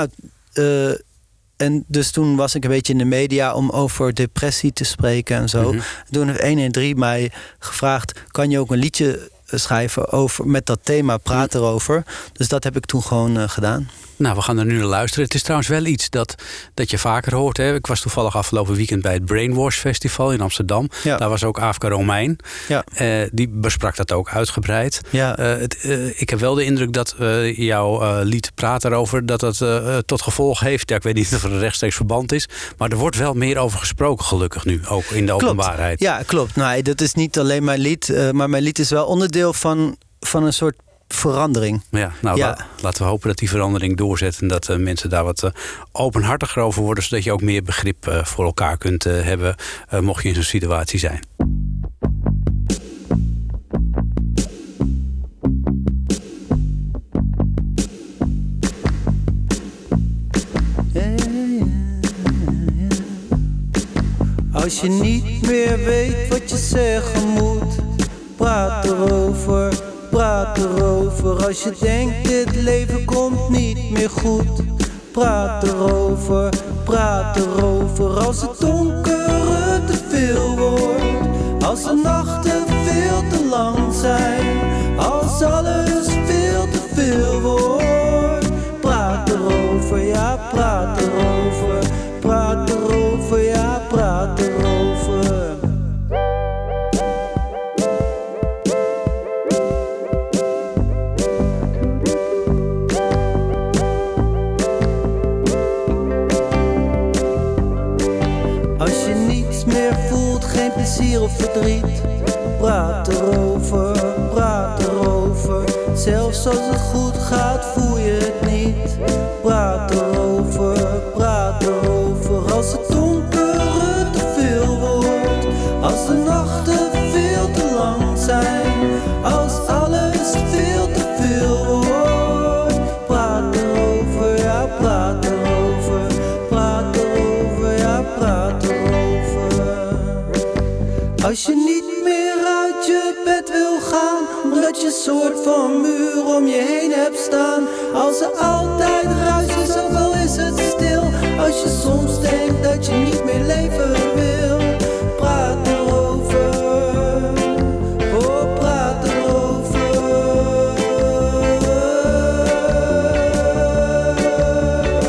Speaker 5: en dus toen was ik een beetje in de media om over depressie te spreken en zo. Mm-hmm. Toen heeft 113 mij gevraagd, kan je ook een liedje schrijven over met dat thema, praat erover. Dus dat heb ik toen gewoon gedaan.
Speaker 4: Nou, we gaan er nu naar luisteren. Het is trouwens wel iets dat je vaker hoort. Hè? Ik was toevallig afgelopen weekend bij het Brainwash Festival in Amsterdam. Ja. Daar was ook Aafke Romein. Ja. Die besprak dat ook uitgebreid. Ja. Ik heb wel de indruk dat jouw lied Praat erover, dat tot gevolg heeft. Ja, ik weet niet of er een rechtstreeks verband is. Maar er wordt wel meer over gesproken, gelukkig nu. Ook in de openbaarheid.
Speaker 5: Ja, klopt. Nou, dat is niet alleen mijn lied. Maar mijn lied is wel onderdeel van een soort verandering.
Speaker 4: Ja, laten we hopen dat die verandering doorzet en dat mensen daar wat openhartiger over worden, zodat je ook meer begrip voor elkaar kunt hebben, mocht je in zo'n situatie zijn.
Speaker 3: Als je niet meer weet wat je zeggen moet, praat erover. Praat erover. Als je denkt dit leven komt niet meer goed, praat erover. Praat erover. Als het donkere te veel wordt, als de nachten veel te lang zijn, als alles veel te veel wordt, praat erover. Ja, praat erover. Praat erover. Ja, praat erover. Plezier of verdriet, praat erover, praat erover. Zelfs als het goed gaat, voel je het niet. Praat erover, praat erover. Als het donkere te veel wordt, als de nachten veel te lang zijn, als alles veel te veel wordt, praat erover, ja, praat erover. Praat erover, ja, praat erover. Als je niet meer uit je bed wil gaan, omdat je een soort van muur om je heen hebt staan. Als er altijd ruis is, ook al is het stil. Als je soms denkt dat je niet meer leven wil, praat erover. Oh, praat erover.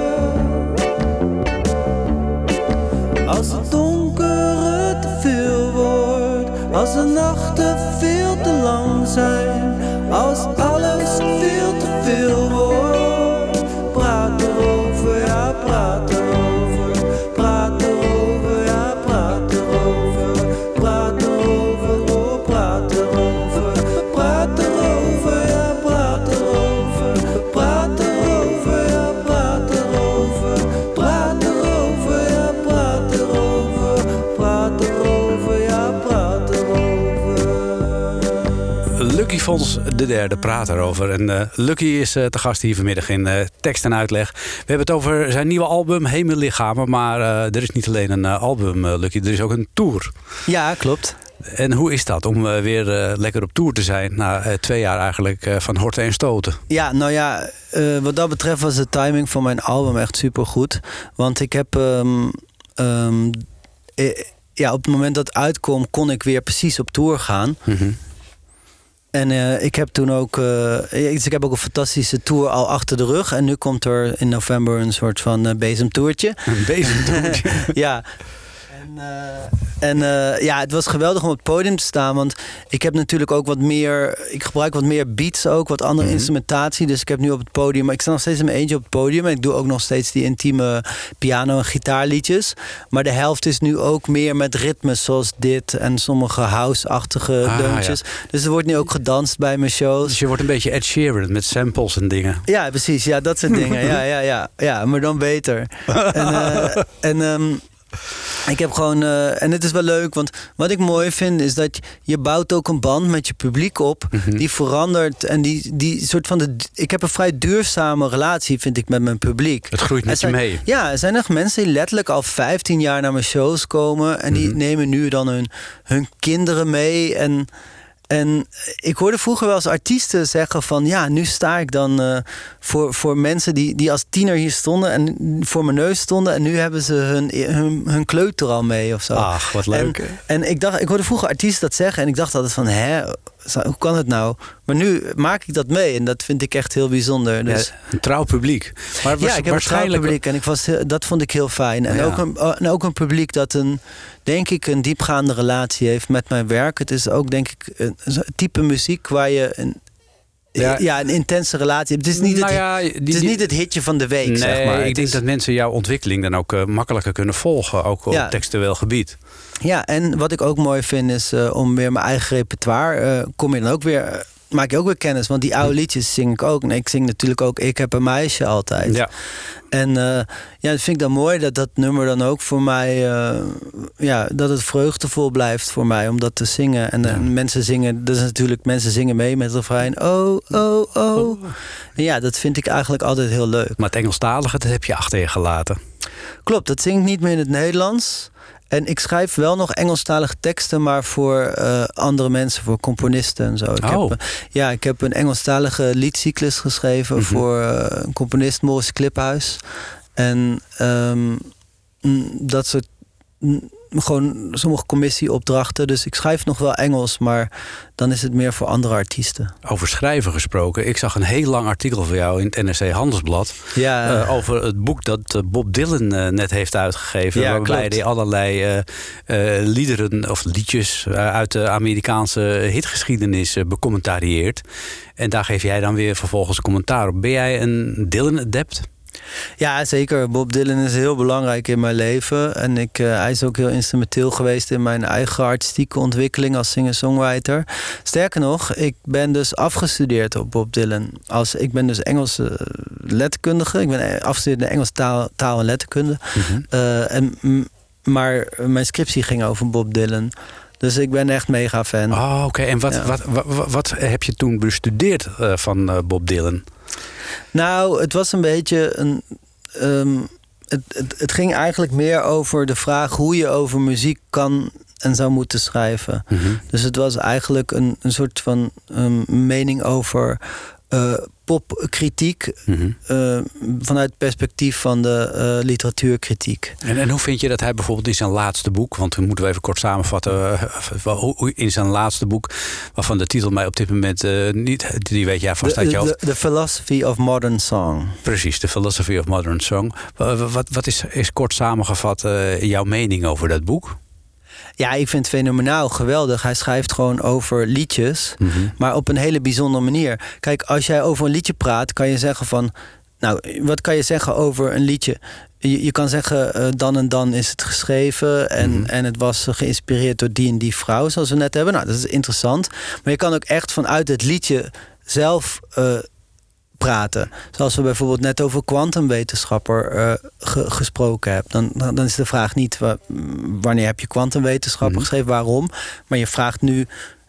Speaker 4: Lucky Fons III praat erover. En Lucky is te gast hier vanmiddag in tekst en uitleg. We hebben het over zijn nieuwe album Hemellichamen. Maar er is niet alleen een album, Lucky. Er is ook een tour.
Speaker 5: Ja, klopt.
Speaker 4: En hoe is dat om weer lekker op tour te zijn... na 2 jaar eigenlijk van horten en stoten?
Speaker 5: Ja, nou ja, wat dat betreft was de timing van mijn album echt supergoed. Want ik heb... op het moment dat het uitkwam, kon ik weer precies op tour gaan.
Speaker 4: Mm-hmm.
Speaker 5: En ik heb toen ook... ik heb ook een fantastische tour al achter de rug. En nu komt er in november een soort van bezemtoertje.
Speaker 4: Een bezemtoertje?
Speaker 5: Ja. Het was geweldig om op het podium te staan. Want ik heb natuurlijk ook wat meer... Ik gebruik wat meer beats ook, wat andere instrumentatie. Dus ik heb nu op het podium... Maar ik sta nog steeds in mijn eentje op het podium. En ik doe ook nog steeds die intieme piano- en gitaarliedjes. Maar de helft is nu ook meer met ritmes zoals dit. En sommige house-achtige deuntjes. Ja. Dus er wordt nu ook gedanst bij mijn shows.
Speaker 4: Dus je wordt een beetje Ed Sheeran met samples en dingen.
Speaker 5: Ja, precies. Ja, dat soort dingen. Ja, maar dan beter. Ik heb gewoon... en het is wel leuk, want wat ik mooi vind... is dat je bouwt ook een band met je publiek op... die verandert en die soort van... ik heb een vrij duurzame relatie, vind ik, met mijn publiek.
Speaker 4: Het groeit met je mee.
Speaker 5: Ja, er zijn echt mensen die letterlijk al 15 jaar naar mijn shows komen... en die nemen nu dan hun kinderen mee... En ik hoorde vroeger wel eens artiesten zeggen van... ja, nu sta ik dan voor mensen die als tiener hier stonden... en voor mijn neus stonden... en nu hebben ze hun kleuter al mee of zo.
Speaker 4: Ach, wat leuk.
Speaker 5: En ik hoorde vroeger artiesten dat zeggen... en ik dacht altijd van, hoe kan het nou? Maar nu maak ik dat mee en dat vind ik echt heel bijzonder. Dus...
Speaker 4: Ja, een trouw publiek. Maar
Speaker 5: ik heb een trouw publiek en dat vond ik heel fijn. En ook een publiek dat denk ik een diepgaande relatie heeft met mijn werk. Het is ook denk ik een type muziek waar je een intense relatie hebt. Het is niet het hitje van de week, zeg maar.
Speaker 4: Ik denk dat mensen jouw ontwikkeling dan ook makkelijker kunnen volgen. Ook op textueel gebied.
Speaker 5: Ja, en wat ik ook mooi vind is om weer mijn eigen repertoire... kom je dan ook weer... maak je ook weer kennis, want die oude liedjes zing ik ook. En ik zing natuurlijk ook Ik heb een meisje altijd. Ja. En dat vind ik dan mooi dat nummer dan ook voor mij... dat het vreugdevol blijft voor mij om dat te zingen. En mensen zingen, dus natuurlijk mensen zingen mee met het refrein. Oh, oh, oh. En ja, dat vind ik eigenlijk altijd heel leuk.
Speaker 4: Maar het Engelstalige, dat heb je achter je gelaten.
Speaker 5: Klopt, dat zing ik niet meer in het Nederlands... En ik schrijf wel nog Engelstalige teksten, maar voor andere mensen, voor componisten en zo. Ik heb een Engelstalige liedcyclus geschreven voor een componist, Morris Kliphuis. En dat soort gewoon sommige commissieopdrachten. Dus ik schrijf nog wel Engels, maar dan is het meer voor andere artiesten.
Speaker 4: Over schrijven gesproken. Ik zag een heel lang artikel van jou in het NRC Handelsblad. Ja. Over het boek dat Bob Dylan net heeft uitgegeven. Ja, waarbij hij allerlei liederen of liedjes uit de Amerikaanse hitgeschiedenis becommentarieert. En daar geef jij dan weer vervolgens commentaar op. Ben jij een Dylan-adept?
Speaker 5: Ja, zeker. Bob Dylan is heel belangrijk in mijn leven. En hij is ook heel instrumenteel geweest in mijn eigen artistieke ontwikkeling als singer-songwriter. Sterker nog, ik ben dus afgestudeerd op Bob Dylan. Ik ben dus Engelse letterkundige. Ik ben afgestudeerd in Engelse taal en letterkunde. Maar mijn scriptie ging over Bob Dylan. Dus ik ben echt mega fan.
Speaker 4: Oh, oké. En wat heb je toen bestudeerd van Bob Dylan?
Speaker 5: Nou, het was een beetje het ging eigenlijk meer over de vraag hoe je over muziek kan en zou moeten schrijven. Mm-hmm. Dus het was eigenlijk een soort van mening over popkritiek vanuit het perspectief van de literatuurkritiek.
Speaker 4: En hoe vind je dat hij bijvoorbeeld in zijn laatste boek, want we moeten even kort samenvatten, in zijn laatste boek, waarvan de titel mij op dit moment niet, die weet jij vast uit je hoofd.
Speaker 5: The Philosophy of Modern Song.
Speaker 4: Precies, The Philosophy of Modern Song. Wat is kort samengevat jouw mening over dat boek?
Speaker 5: Ja, ik vind het fenomenaal, geweldig. Hij schrijft gewoon over liedjes, maar op een hele bijzondere manier. Kijk, als jij over een liedje praat, kan je zeggen van... Nou, wat kan je zeggen over een liedje? Je kan zeggen, dan en dan is het geschreven... en het was geïnspireerd door die en die vrouw, zoals we net hebben. Nou, dat is interessant. Maar je kan ook echt vanuit het liedje zelf... praten. Zoals we bijvoorbeeld net over kwantumwetenschapper gesproken hebben. Dan is de vraag niet wanneer heb je kwantumwetenschapper geschreven, waarom. Maar je vraagt nu,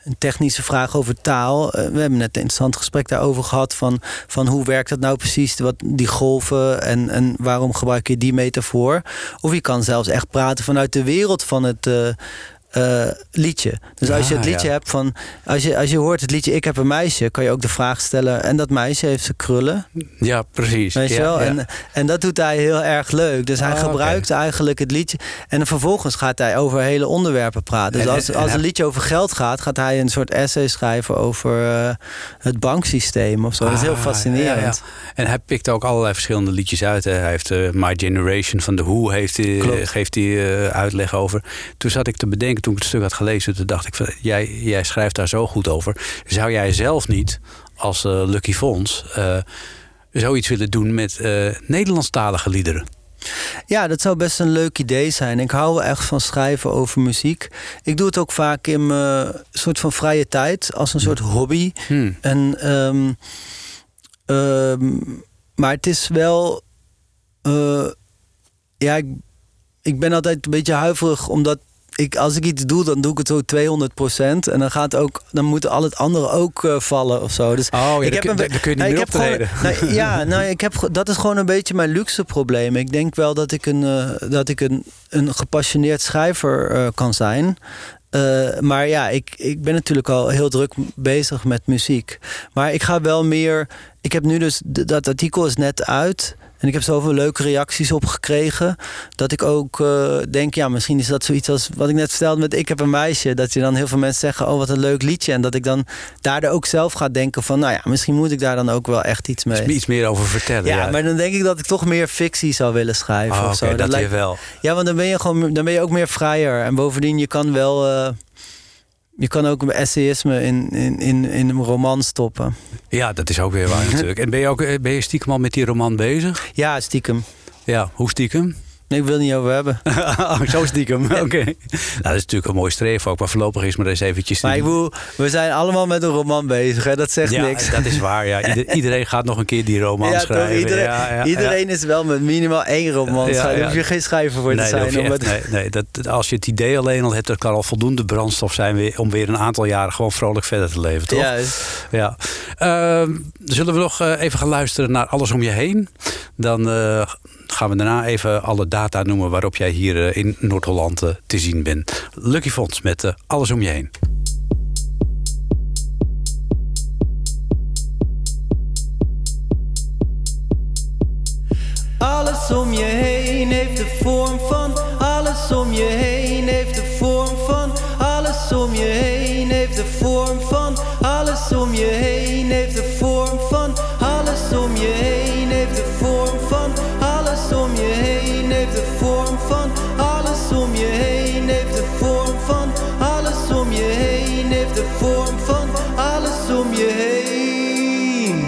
Speaker 5: een technische vraag over taal. We hebben net een interessant gesprek daarover gehad van hoe werkt dat nou precies, wat die golven en waarom gebruik je die metafoor. Of je kan zelfs echt praten vanuit de wereld van het liedje. Dus als je het liedje hebt van... Als je hoort het liedje Ik heb een meisje, kan je ook de vraag stellen... en dat meisje heeft ze krullen.
Speaker 4: Ja, precies.
Speaker 5: Weet je wel? En dat doet hij heel erg leuk. Dus hij gebruikt eigenlijk het liedje... en dan vervolgens gaat hij over hele onderwerpen praten. Dus als een liedje over geld gaat hij een soort essay schrijven... over het banksysteem of zo. Dat is heel fascinerend.
Speaker 4: Ja. En hij pikt ook allerlei verschillende liedjes uit. Hè. Hij heeft My Generation van The Who geeft hij uitleg over. Toen zat ik te bedenken, toen ik het stuk had gelezen... toen dacht ik, van, jij schrijft daar zo goed over. Zou jij zelf niet, als Lucky Fons... zoiets willen doen met Nederlandstalige liederen?
Speaker 5: Ja, dat zou best een leuk idee zijn. Ik hou wel echt van schrijven over muziek. Ik doe het ook vaak in mijn soort van vrije tijd... als een soort hobby. En... maar het is wel... ik ben altijd een beetje huiverig, omdat als ik iets doe, dan doe ik het zo 200%. En dan moeten al het andere ook vallen of zo. Dus
Speaker 4: dan kun je niet meer optreden.
Speaker 5: Dat is gewoon een beetje mijn luxe probleem. Ik denk wel dat ik een gepassioneerd schrijver kan zijn. Maar ja, ik ben natuurlijk al heel druk bezig met muziek. Maar ik ga wel meer... Ik heb nu dus... Dat artikel is net uit... En ik heb zoveel leuke reacties op gekregen... dat ik ook denk... ja, misschien is dat zoiets als wat ik net vertelde met Ik heb een meisje. Dat je dan heel veel mensen zeggen... oh, wat een leuk liedje. En dat ik dan daardoor ook zelf ga denken van... nou ja, misschien moet ik daar dan ook wel echt iets mee.
Speaker 4: Iets meer over vertellen.
Speaker 5: Ja, maar dan denk ik dat ik toch meer fictie zou willen schrijven. Of zo.
Speaker 4: Dat lijkt wel.
Speaker 5: Ja, want dan ben je ook meer vrijer. En bovendien, je kan wel... je kan ook essayisme in een roman stoppen.
Speaker 4: Ja, dat is ook weer waar natuurlijk. En ben je stiekem al met die roman bezig?
Speaker 5: Ja, stiekem.
Speaker 4: Ja, hoe stiekem?
Speaker 5: Nee, ik wil het niet over hebben.
Speaker 4: Zo stiekem, oké. Nou, dat is natuurlijk een mooi streven ook, maar voorlopig is maar eens eventjes...
Speaker 5: Maar we zijn allemaal met een roman bezig, hè? Dat zegt niks.
Speaker 4: Ja, dat is waar, ja. Iedereen gaat nog een keer die roman schrijven.
Speaker 5: Iedereen is wel met minimaal 1 roman schrijven. Daar hoef je geen schrijver voor te zijn.
Speaker 4: Als je het idee alleen al hebt, dat kan al voldoende brandstof zijn... om weer een aantal jaren gewoon vrolijk verder te leven, toch?
Speaker 5: Juist.
Speaker 4: Ja. Zullen we nog even gaan luisteren naar Alles om je heen? Dan... gaan we daarna even alle data noemen waarop jij hier in Noord-Holland te zien bent. Lucky Fons met Alles om je heen.
Speaker 6: Alles om je heen heeft de vorm van. Alles om je heen heeft de vorm van. Alles om je heen heeft de vorm van. Alles om je heen heeft de vorm van. Alles om je heen heeft de vorm van. Alles om je heen heeft de vorm van. Alles om je heen heeft de vorm van. Alles om je heen heeft de vorm van. Alles om je heen.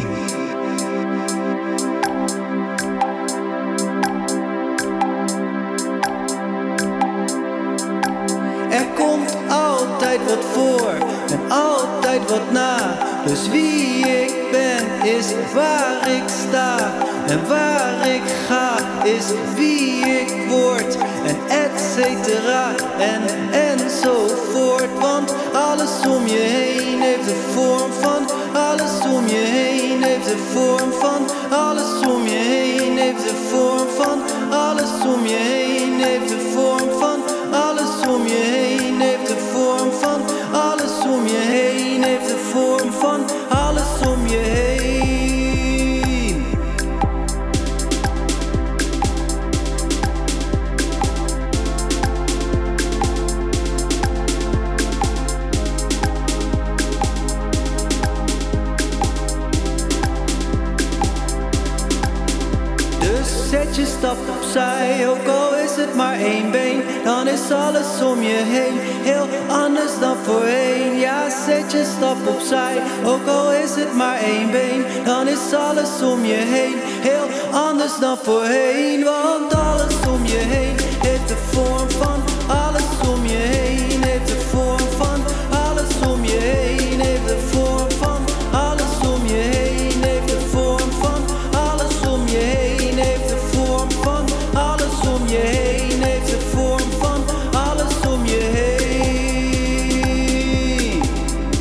Speaker 6: Er komt altijd wat voor en altijd wat na. Dus wie ik ben is waar ik sta. En waar ik ga is wie ik word. En et cetera en enzovoort. Want alles om je heen heeft de vorm van. Alles om je heen heeft de vorm van. Alles om je heen heeft de vorm van. Alles om je heen heeft de vorm van. Alles om je heen heeft de vorm van. Alles om je heen heeft de vorm van. Alles om je heen. Dus zet je stap opzij, ook al is het maar 1 been. Dan is alles om je heen heel anders dan voorheen. Ja, zet je stap opzij, ook al is het maar 1 been. Dan is alles om je heen heel anders dan voorheen. Want alles om je heen heeft de vorm van. Alles om je heen heeft de vorm van. Alles om je heen heeft de vorm van. Alles om je heen heeft de vorm van. Alles om je heen heeft de vorm van. Alles om je heen heeft de vorm van. Alles om je heen.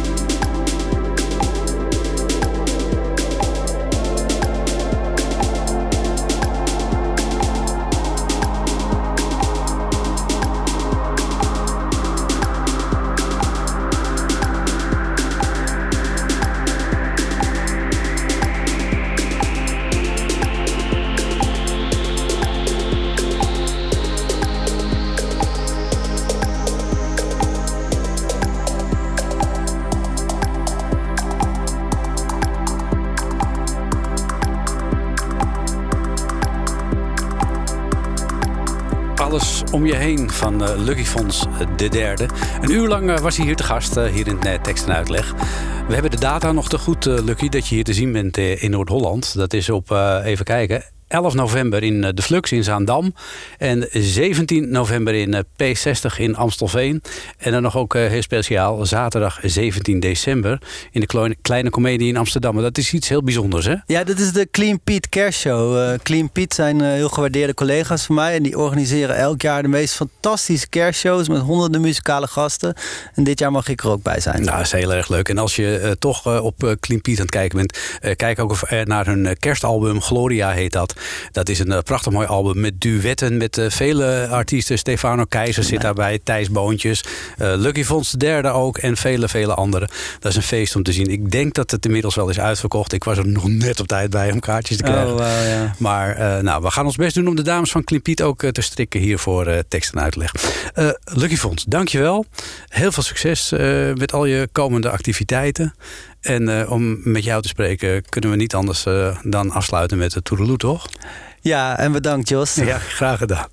Speaker 4: Alles om je heen van Lucky Fons de derde. Een uur lang was hij hier te gast, hier in tekst en uitleg. We hebben de data nog te goed, Lucky, dat je hier te zien bent in Noord-Holland. Dat is op, even kijken, 11 november in de Flux in Zaandam. En 17 november in P60 in Amstelveen. En dan nog ook heel speciaal zaterdag 17 december in de Kleine Comedie in Amsterdam. Dat is iets heel bijzonders, hè?
Speaker 5: Ja, dat is de Clean Pete Kerstshow. Clean Pete zijn heel gewaardeerde collega's van mij. En die organiseren elk jaar de meest fantastische kerstshows met honderden muzikale gasten. En dit jaar mag ik er ook bij zijn.
Speaker 4: Nou, dat is heel erg leuk. En als je toch op Clean Pete aan het kijken bent, kijk ook naar hun kerstalbum. Gloria heet dat. Dat is een prachtig mooi album met duetten met vele artiesten. Stefano Keizer zit daarbij, Thijs Boontjes, Lucky Fons de derde ook en vele anderen. Dat is een feest om te zien. Ik denk dat het inmiddels wel is uitverkocht. Ik was er nog net op tijd bij om kaartjes te krijgen.
Speaker 5: Oh, wow, ja.
Speaker 4: Maar we gaan ons best doen om de dames van Clean Pete ook te strikken hier voor tekst en uitleg. Lucky Fons, dankjewel. Heel veel succes met al je komende activiteiten. En om met jou te spreken kunnen we niet anders dan afsluiten met de Toedeloe, toch?
Speaker 5: Ja, en bedankt, Jos.
Speaker 4: Ja, graag gedaan.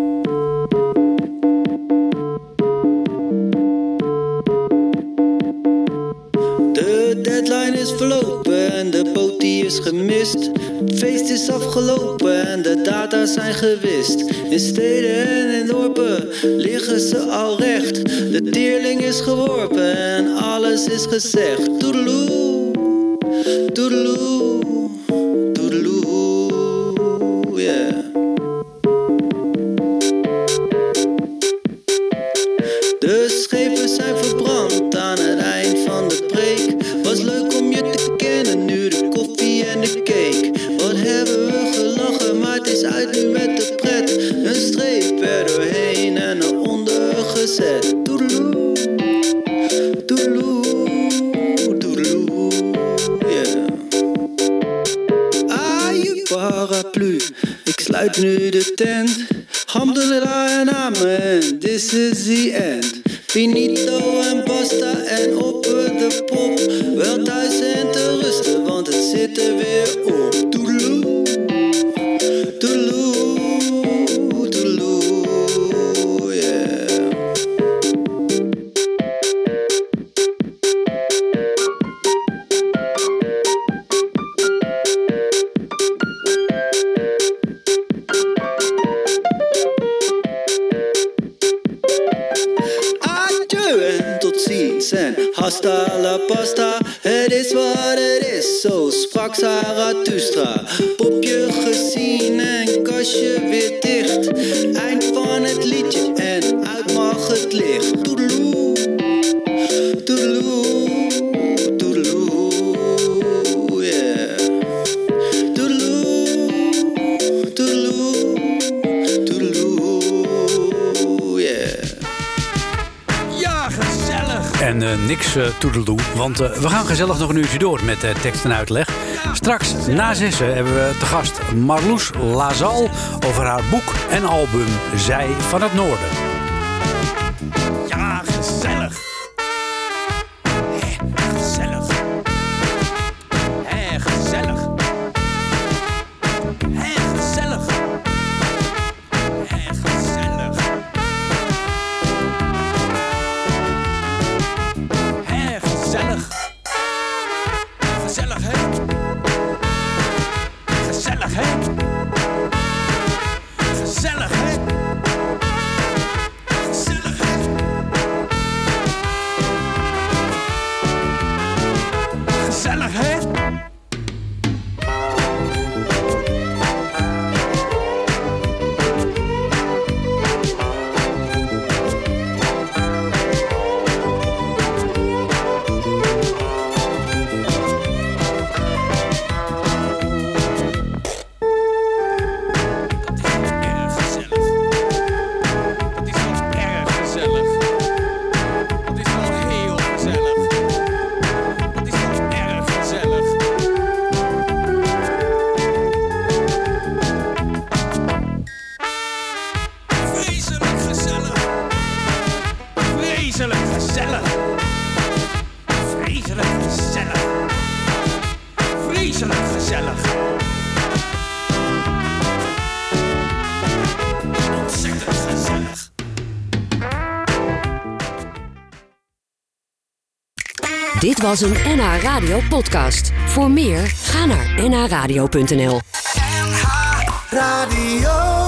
Speaker 6: De deadline is verlopen en de boot die is gemist. Het feest is afgelopen en de data zijn gewist. In steden en in dorpen liggen ze al recht. De teerling is geworpen en alles is gezegd. Toedeloe, toedeloe, toedeloe, yeah. De schepen zijn verbrand aan het eind van de preek. Was leuk om je te kennen, nu de koffie en de cake. Wat hebben we gelachen, maar het is uit nu met de pret. Een streep er doorheen en eronder gezet. Toedeloe, toedeloe, toedeloe, yeah. Ah, je paraplu, ik sluit nu de tent. Alhamdulillah en amen, this is the end. Finito en basta en op de pop. Wel thuis en te rusten, want het zit er weer op. Toedeloe, toedeloe, toedeloe, yeah. En hasta la pasta, het is wat het is, zo sprak Zarathustra. Popje gezien en kastje weer dicht. Eind van het liedje en uit mag het licht. Toedeloe, toedeloe, toedeloe, yeah. Toedeloe, toedeloe, toedeloe, yeah.
Speaker 4: Ja, gezellig! En niks toedeloe, want we gaan gezellig nog een uurtje door met tekst en uitleg. Straks na 6 hebben we te gast Marloes Lazal over haar boek en album Zij van het Noorden. Ja, gezellig! Gezellig! Gezellig! Gezellig! Gezellig! Gezellig. Gezellig, hè? Gezellig, hè? Gezellig, hè? Gezellig, hè? Gezellig, hè? Ontzettend
Speaker 1: Dit was een NH Radio podcast. Voor meer, ga naar nhradio.nl.
Speaker 7: NH Radio.